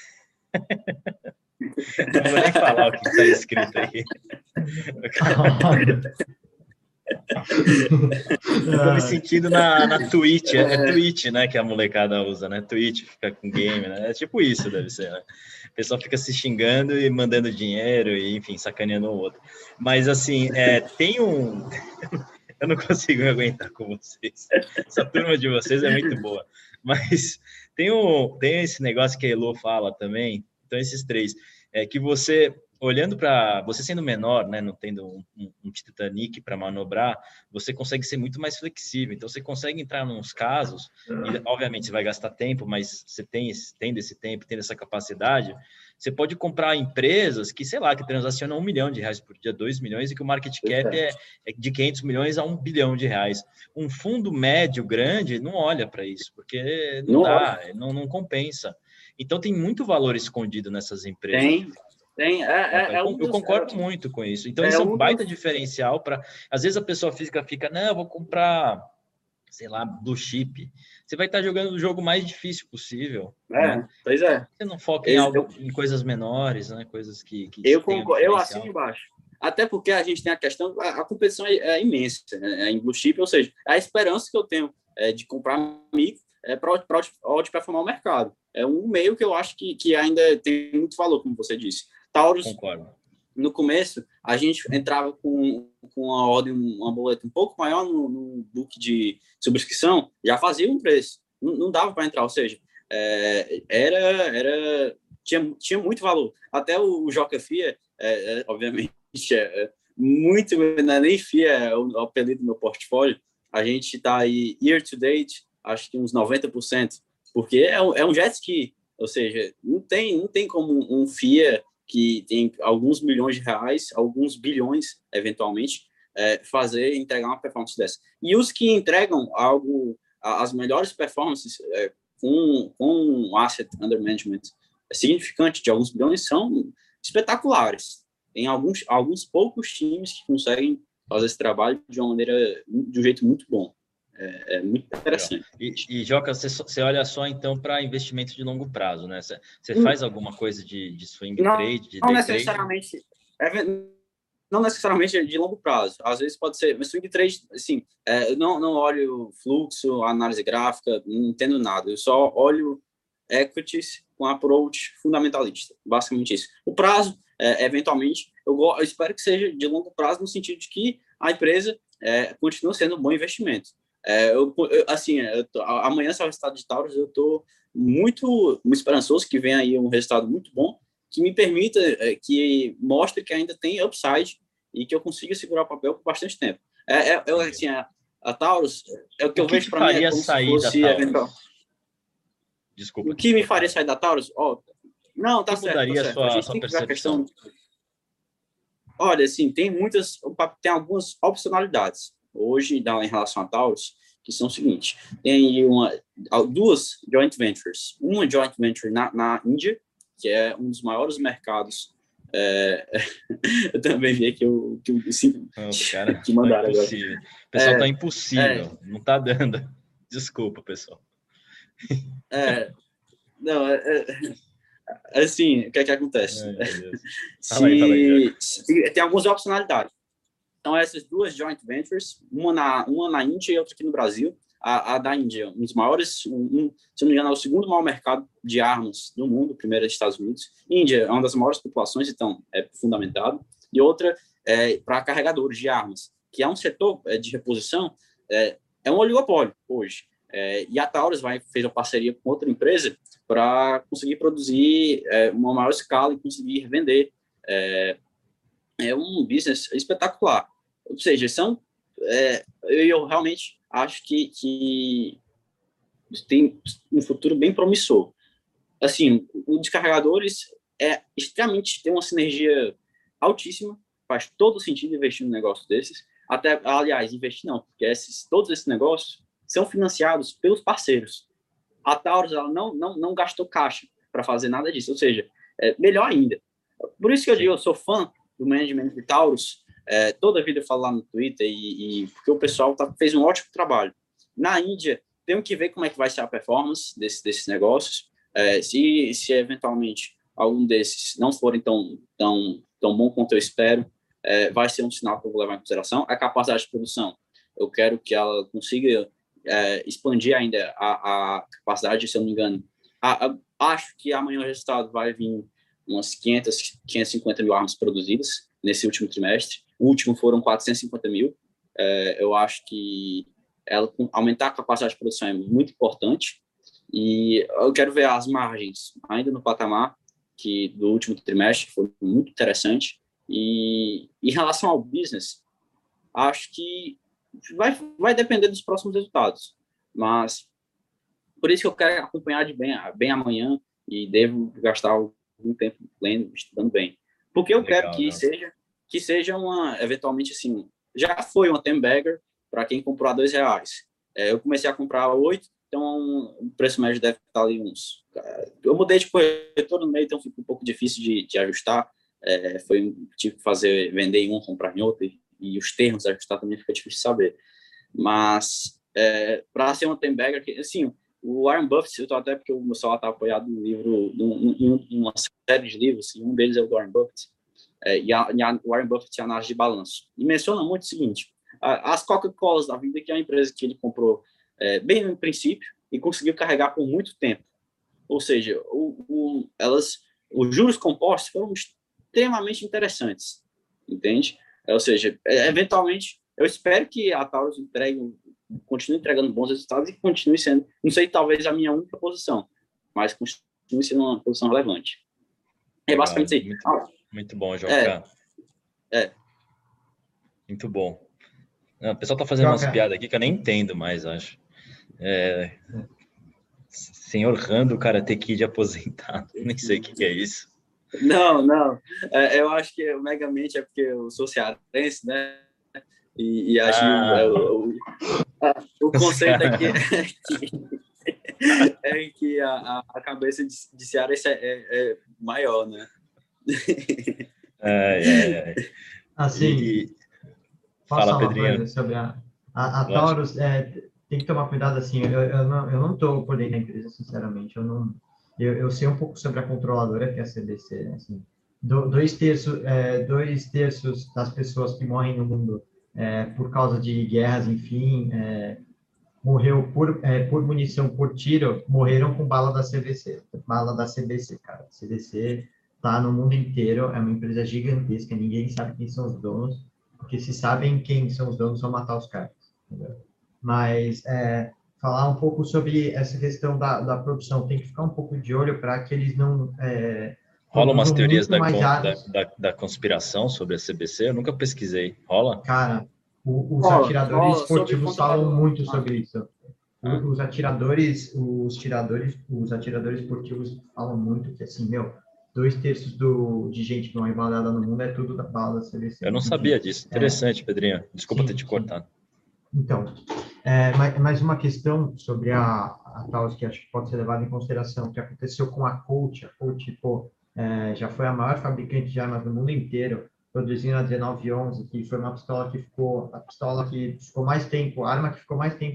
Não vou nem falar o que está escrito aqui. Estou me sentindo na, na Twitch, é, é Twitch, né, que a molecada usa, né? Twitch, fica com game, né? É tipo isso, deve ser, né? O pessoal fica se xingando e mandando dinheiro e, enfim, sacaneando o outro. Mas, assim, é, tem um... Eu não consigo me aguentar com vocês. Essa turma de vocês é muito boa. Mas tem, um, tem esse negócio que a Elo fala também, então esses três, é que você... Olhando para você sendo menor, né, não tendo um, um, um Titanic para manobrar, você consegue ser muito mais flexível. Então, você consegue entrar nos casos, e obviamente você vai gastar tempo, mas você tem esse, tendo esse tempo, tendo essa capacidade, você pode comprar empresas que, sei lá, que transacionam um milhão de reais por dia, dois milhões, e que o market cap é, é de quinhentos milhões a um bilhão de reais. Um fundo médio, grande, não olha para isso, porque não, não dá, não, não compensa. Então, tem muito valor escondido nessas empresas. Tem. Tem, é, é, é eu, um eu concordo dos, muito com isso. Então, é isso é um um baita dos... diferencial para... Às vezes a pessoa física fica, não, eu vou comprar, sei lá, blue chip. Você vai estar jogando o jogo mais difícil possível. É, né? Pois é. Você não foca em, eu, algo, em coisas menores, né? Coisas que, que eu, tenham concordo, eu diferencial. assino embaixo. Até porque a gente tem a questão, a, a competição é, é imensa, né, em blue chip, ou seja, a esperança que eu tenho é, de comprar amigo é para outperformar o mercado. É um meio que eu acho que, que ainda tem muito valor, como você disse. Taurus, Concordo. No começo, a gente entrava com, com uma ordem, uma boleta um pouco maior no, no book de subscrição, já fazia um preço. Não, não dava para entrar, ou seja, é, era, era, tinha, tinha muito valor. Até o, o Joca F I A, é, é, obviamente, é, muito, não é nem F I A, é o, o apelido do meu portfólio, a gente está aí, year to date, acho que uns noventa por cento, porque é um, é um jet ski, ou seja, não tem, não tem como um F I A que tem alguns milhões de reais, alguns bilhões, eventualmente, é, fazer, entregar uma performance dessa. E os que entregam algo, as melhores performances é, com, com um asset under management significante de alguns bilhões são espetaculares. Tem alguns, alguns poucos times que conseguem fazer esse trabalho de uma maneira, de um jeito muito bom. É, é muito interessante. E, e Joca, você, você olha só então para investimento de longo prazo, né? Você, você faz alguma coisa de, de swing não, trade, de não day necessariamente, trade? Não necessariamente de longo prazo. Às vezes pode ser, mas swing trade, assim, é, eu não, não olho fluxo, análise gráfica, não entendo nada. Eu só olho equities com approach fundamentalista, basicamente isso. O prazo, é, eventualmente, eu, eu espero que seja de longo prazo no sentido de que a empresa é, continue sendo um bom investimento. É, eu, eu, assim, eu tô, amanhã sai o resultado de Taurus, eu estou muito, muito esperançoso que venha aí um resultado muito bom, que me permita, é, que mostre que ainda tem upside e que eu consiga segurar o papel por bastante tempo. É, é, eu, assim, a, a Taurus, é o que o eu que vejo para mim é como se fosse eventual. Desculpa. O que me faria sair da Taurus? Oh, não, tá que certo, tá certo. Sua, a gente tem que ver a questão. Olha, assim, tem muitas, tem algumas opcionalidades hoje em relação a Taurus, que são o seguinte: tem uma, duas joint ventures. Uma joint venture na, na Índia, que é um dos maiores mercados. É, eu também vi aqui o que o cara, que mandaram tá impossível. Agora. O pessoal é, tá impossível, é, não tá dando. Desculpa, pessoal. É, não, é, é, assim, o que é que acontece? Ai, meu Deus. Se, Fala aí, fala aí, se- tem algumas opcionalidades. Então, essas duas joint ventures, uma na, uma na Índia e outra aqui no Brasil. A, a da Índia, um dos maiores, um, um, se não me engano, é o segundo maior mercado de armas do mundo, o primeiro é dos Estados Unidos. Índia é uma das maiores populações, então é fundamentado. E outra é para carregadores de armas, que é um setor é, de reposição, é, é um oligopólio hoje. É, e a Taurus vai, fez uma parceria com outra empresa para conseguir produzir é, uma maior escala e conseguir vender. É, é um business espetacular. Ou seja, são, é, eu realmente acho que, que tem um futuro bem promissor. Assim, o descarregadores é extremamente, tem uma sinergia altíssima, faz todo sentido investir num negócio desses. Até, aliás, investir não, porque esses, todos esses negócios são financiados pelos parceiros. A Taurus ela não, não, não gastou caixa para fazer nada disso, ou seja, é melhor ainda. Por isso que eu digo, eu sou fã do management de Taurus. É, toda a vida eu falo lá no Twitter, e, e porque o pessoal tá, fez um ótimo trabalho. Na Índia, tenho que ver como é que vai ser a performance desse, desses negócios. É, se, se eventualmente algum desses não forem tão, tão, tão bom quanto eu espero, é, vai ser um sinal que eu vou levar em consideração. A capacidade de produção, eu quero que ela consiga é, expandir ainda a, a capacidade, se eu não me engano. A, a, acho que amanhã o resultado vai vir umas quinhentas, quinhentas e cinquenta mil armas produzidas nesse último trimestre. O último foram quatrocentos e cinquenta mil. É, eu acho que ela aumentar a capacidade de produção é muito importante. E eu quero ver as margens ainda no patamar que do último trimestre, foi muito interessante. E em relação ao business, acho que vai, vai depender dos próximos resultados. Mas por isso que eu quero acompanhar de bem, bem amanhã e devo gastar algum tempo lendo, estudando bem. Porque eu Legal, quero que não. seja que seja uma, eventualmente, assim, já foi uma ten bagger para quem comprou a dois reais. É, eu comecei a comprar a oito, então o preço médio deve estar ali uns... Eu mudei de corretor no meio, então fica um pouco difícil de, de ajustar. É, foi, tive que fazer, vender em um, comprar em outro, e, e os termos de ajustar também fica difícil de saber. Mas, é, para ser uma ten bagger, assim, o Warren Buffett, eu tô até porque o meu celular está apoiado no livro, em uma série de livros, e um deles é o do Warren Buffett, é, e, a, e a Warren Buffett tinha análise de balanço. E menciona muito o seguinte, a, as Coca-Colas da vida, que é a empresa que ele comprou é, bem no princípio, e conseguiu carregar por muito tempo. Ou seja, o, o, elas, os juros compostos foram extremamente interessantes, entende? É, ou seja, é, eventualmente, eu espero que a Taurus entregue, continue entregando bons resultados e continue sendo, não sei, talvez a minha única posição, mas continue sendo uma posição relevante. É Legal, basicamente isso aí. Muito, ah, muito bom, Joca. É, é. Muito bom. Não, o pessoal tá fazendo Joca. umas piadas aqui que eu nem entendo mais, acho. É... Senhor Rando, Karate Kid aposentado. Nem sei o que, que é isso. Não, não. É, eu acho que o Megamente é porque eu sou cearense, né? E, e acho ah. que o, o, o conceito aqui é que, é que a, a cabeça de, de cearense é, é, é maior, né? É, é, é. Assim, e... Fala, Pedrinho. Sobre a, a, a Taurus, é, tem que tomar cuidado, assim, eu, eu não eu não tô por dentro da empresa, sinceramente, eu não... Eu, eu sei um pouco sobre a controladora, que é a C B C, assim, do, dois, terços, é, dois terços das pessoas que morrem no mundo é, por causa de guerras, enfim, é, morreu por, é, por munição, por tiro, morreram com bala da C B C, bala da C B C, cara. A C B C tá no mundo inteiro, é uma empresa gigantesca, ninguém sabe quem são os donos, porque se sabem quem são os donos, vão matar os caras, entendeu? Mas, é, falar um pouco sobre essa questão da, da produção, tem que ficar um pouco de olho para que eles não... É, Rola umas teorias da, da, da, da conspiração sobre a C B C? Eu nunca pesquisei. Rola? Cara, o, os rola, atiradores rola, esportivos falam muito ah. sobre isso. Ah. Os atiradores, os tiradores, os atiradores esportivos falam muito que, assim, meu, dois terços do, de gente que não é embalada no mundo é tudo da bala da C B C. Eu não sabia disso. Interessante, é, Pedrinho. Desculpa sim, ter te sim. cortado. Então, é, mais uma questão sobre a, a Taurus que acho que pode ser levada em consideração, que aconteceu com a Colt. A Colt, pô, é, já foi a maior fabricante de armas do mundo inteiro, produzindo a dezenove onze, que foi uma pistola que ficou, a pistola que ficou mais tempo, a arma que ficou mais tempo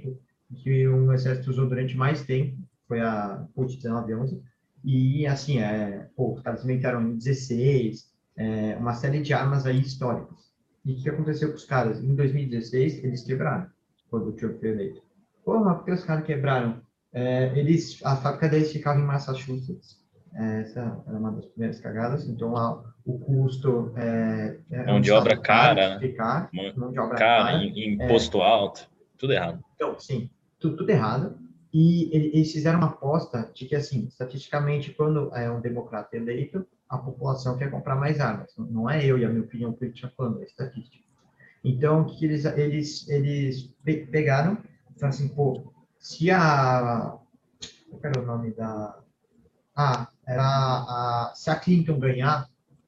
que o exército usou durante mais tempo, foi a Cult dezenove onze, e assim, é, pô, os caras inventaram M dezesseis, é, uma série de armas aí históricas. E o que aconteceu com os caras? Em dois mil e dezesseis, eles quebraram, quando o Trump foi eleito. Pô, mas por que os caras quebraram? É, eles, a fábrica deles ficava em Massachusetts. É, essa era uma das primeiras cagadas. Então, lá, o custo é, é Mão um de obra estado caro de cara, né? ficar, Mão mão de obra cara, cara. im- É, imposto alto, tudo errado. então, sim, tudo, tudo errado. E ele- eles fizeram uma aposta de que, assim, estatisticamente, quando é um democrata eleito, a população quer comprar mais armas. Não é eu e a minha opinião política falando, é estatística. Então, o que eles, eles, eles pe- pegaram e falaram assim, pô, se a... Qual era o nome da... Ah, era a... Se a Clinton ganhar,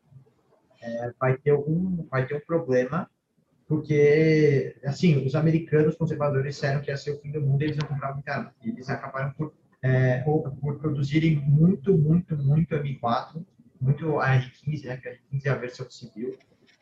é, vai ter um, vai ter um problema, porque, assim, os americanos conservadores disseram que ia ser o fim do mundo e eles não compravam muita arma. E eles acabaram por, é, por produzirem muito, muito, muito M quatro, muito A R quinze, né, que a R quinze é a versão civil,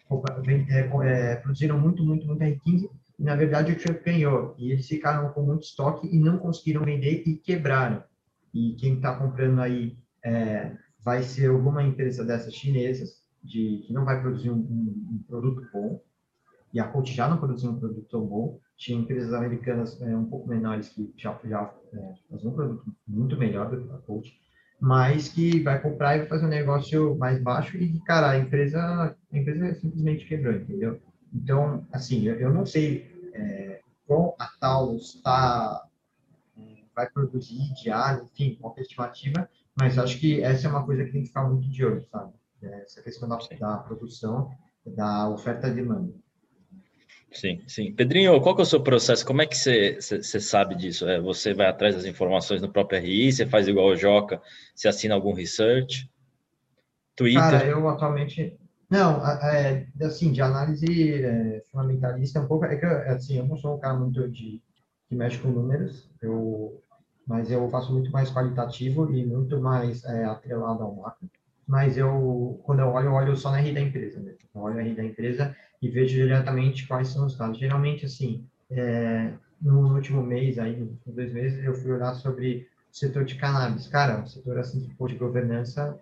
é, é, produziram muito, muito, muito R quinze, e na verdade o Trump ganhou, e eles ficaram com muito estoque e não conseguiram vender e quebraram. E quem está comprando aí é, vai ser alguma empresa dessas chinesas, de, que não vai produzir um, um, um produto bom, e a Colt já não produzia um produto tão bom, tinha empresas americanas é, um pouco menores que já, já é, faziam um produto muito melhor do que a Colt, mas que vai comprar e vai fazer um negócio mais baixo e, cara, a empresa, a empresa simplesmente quebrou, entendeu? Então, assim, eu, eu não sei é, qual a Taurus está vai produzir diário, enfim, qualquer estimativa, mas acho que essa é uma coisa que tem que ficar muito de olho, sabe? Essa questão da, Sim, da produção, da oferta e demanda. sim, sim. Pedrinho, qual que é o seu processo? Como é que você, você, você sabe disso? É, você vai atrás das informações no próprio R I, você faz igual o Joca, você assina algum research? Cara, Twitter? eu atualmente. Não, é, assim, de análise é, fundamentalista, é um pouco. É que, assim, eu não sou um cara muito de, que mexe com números, eu, mas eu faço muito mais qualitativo e muito mais é, atrelado ao macro. Mas eu, quando eu olho, eu olho só na R I da empresa mesmo. Eu olho a R I da empresa e vejo diretamente quais são os dados. Geralmente, assim, é, no último mês, aí, nos últimos dois meses, eu fui olhar sobre o setor de cannabis. Cara, o setor, assim, que for de governança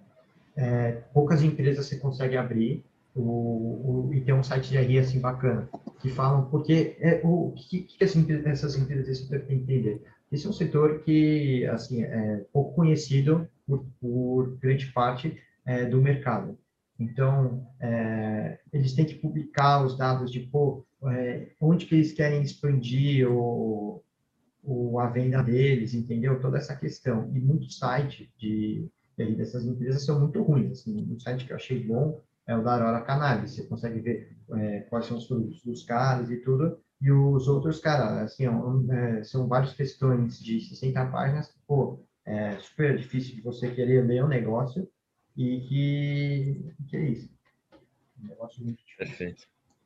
poucas empresas você consegue abrir o, o, e ter um site de R I assim bacana, que falam, porque é, o que, que essas empresas, essas empresas têm que entender? Esse é um setor que, assim, é pouco conhecido por, por grande parte é, do mercado. Então, é, eles têm que publicar os dados de, pô, é, onde que eles querem expandir o, o, a venda deles, entendeu? Toda essa questão. E muitos sites de, de, dessas empresas são muito ruins. Assim, um site que eu achei bom é o da Aurora Cannabis. Você consegue ver é, quais são os produtos dos caras e tudo. E os outros, cara, assim, ó, é, são várias questões de sessenta páginas que, pô, é super difícil de você querer ler o negócio e que, que é isso. Um negócio muito difícil. Perfeito.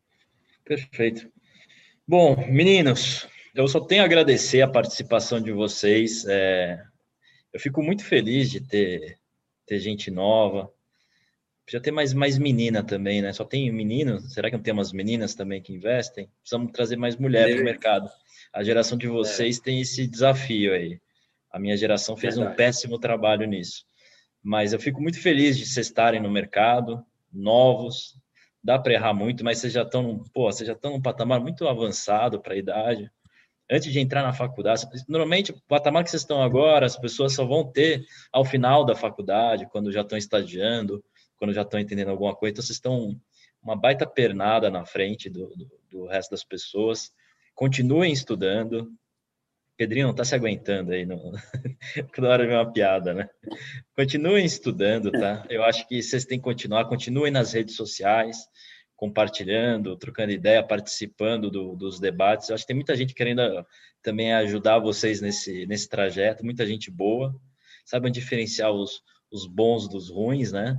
Perfeito. Bom, meninos, eu só tenho a agradecer a participação de vocês. É, eu fico muito feliz de ter, ter gente nova. Precisa ter mais, mais menina também, né? Só tem menino? Será que não tem umas meninas também que investem? Precisamos trazer mais mulher para o Deve- mercado. A geração de É, vocês tem esse desafio aí. A minha geração fez um verdade. péssimo trabalho nisso. Mas eu fico muito feliz de vocês estarem no mercado, novos. Dá para errar muito, mas vocês já estão, pô, vocês já estão num patamar muito avançado para a idade. Antes de entrar na faculdade, normalmente o patamar que vocês estão agora, as pessoas só vão ter ao final da faculdade, quando já estão estagiando, quando já estão entendendo alguma coisa. Então, vocês estão uma baita pernada na frente do, do, do resto das pessoas. Continuem estudando. Pedrinho não está se aguentando aí, no... toda hora vem uma piada, né? Continuem estudando, tá? Eu acho que vocês têm que continuar, continuem nas redes sociais, compartilhando, trocando ideia, participando do, dos debates. Eu acho que tem muita gente querendo também ajudar vocês nesse, nesse trajeto, muita gente boa, sabem diferenciar os, os bons dos ruins, né?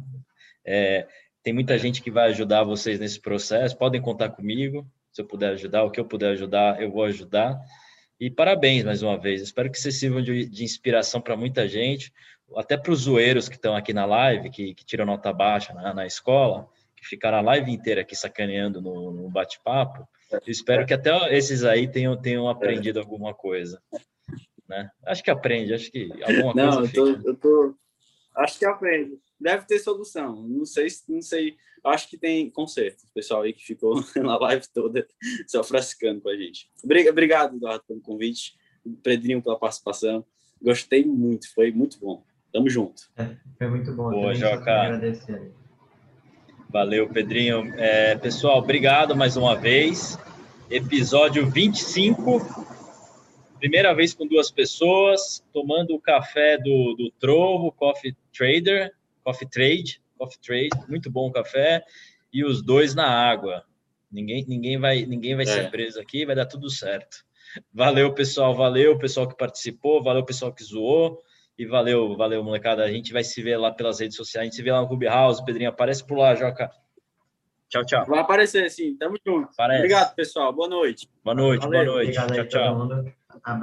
É, tem muita gente que vai ajudar vocês nesse processo, podem contar comigo, se eu puder ajudar, o que eu puder ajudar, eu vou ajudar. E parabéns mais uma vez, espero que vocês sirvam de, de inspiração para muita gente, até para os zoeiros que estão aqui na live, que, que tiram nota baixa na, na escola, que ficaram a live inteira aqui sacaneando no, no bate-papo. espero que até esses aí tenham, tenham aprendido alguma coisa. Né? Acho que aprende, acho que alguma não, coisa eu tô, fica. eu tô, acho que aprende. Deve ter solução. Não sei, não sei. Acho que tem conserto. O pessoal aí que ficou na live toda só frascando com a gente. Obrigado, Eduardo, pelo convite. Pedrinho, pela participação. Gostei muito, foi muito bom. Tamo junto. É, foi muito bom. Boa, Também só Joca. tenho a agradecer. Valeu, Pedrinho. É, pessoal, obrigado mais uma vez. Episódio vinte e cinco. Primeira vez com duas pessoas, tomando o café do, do Trovo, Coffee Trader, Coffee Trade, Coffee Trade, muito bom o café, e os dois na água. Ninguém, ninguém vai, ninguém vai é. ser preso aqui, vai dar tudo certo. Valeu, pessoal, valeu, pessoal que participou, valeu, pessoal que zoou, e valeu, valeu, molecada. A gente vai se ver lá pelas redes sociais, a gente se vê lá no Clubhouse. Pedrinho, aparece por lá, Joca. Tchau, tchau. Vai aparecer, sim, tamo junto. Aparece. Obrigado, pessoal, boa noite. Boa noite, valeu. boa noite. Obrigado tchau, aí, tchau. Todo mundo.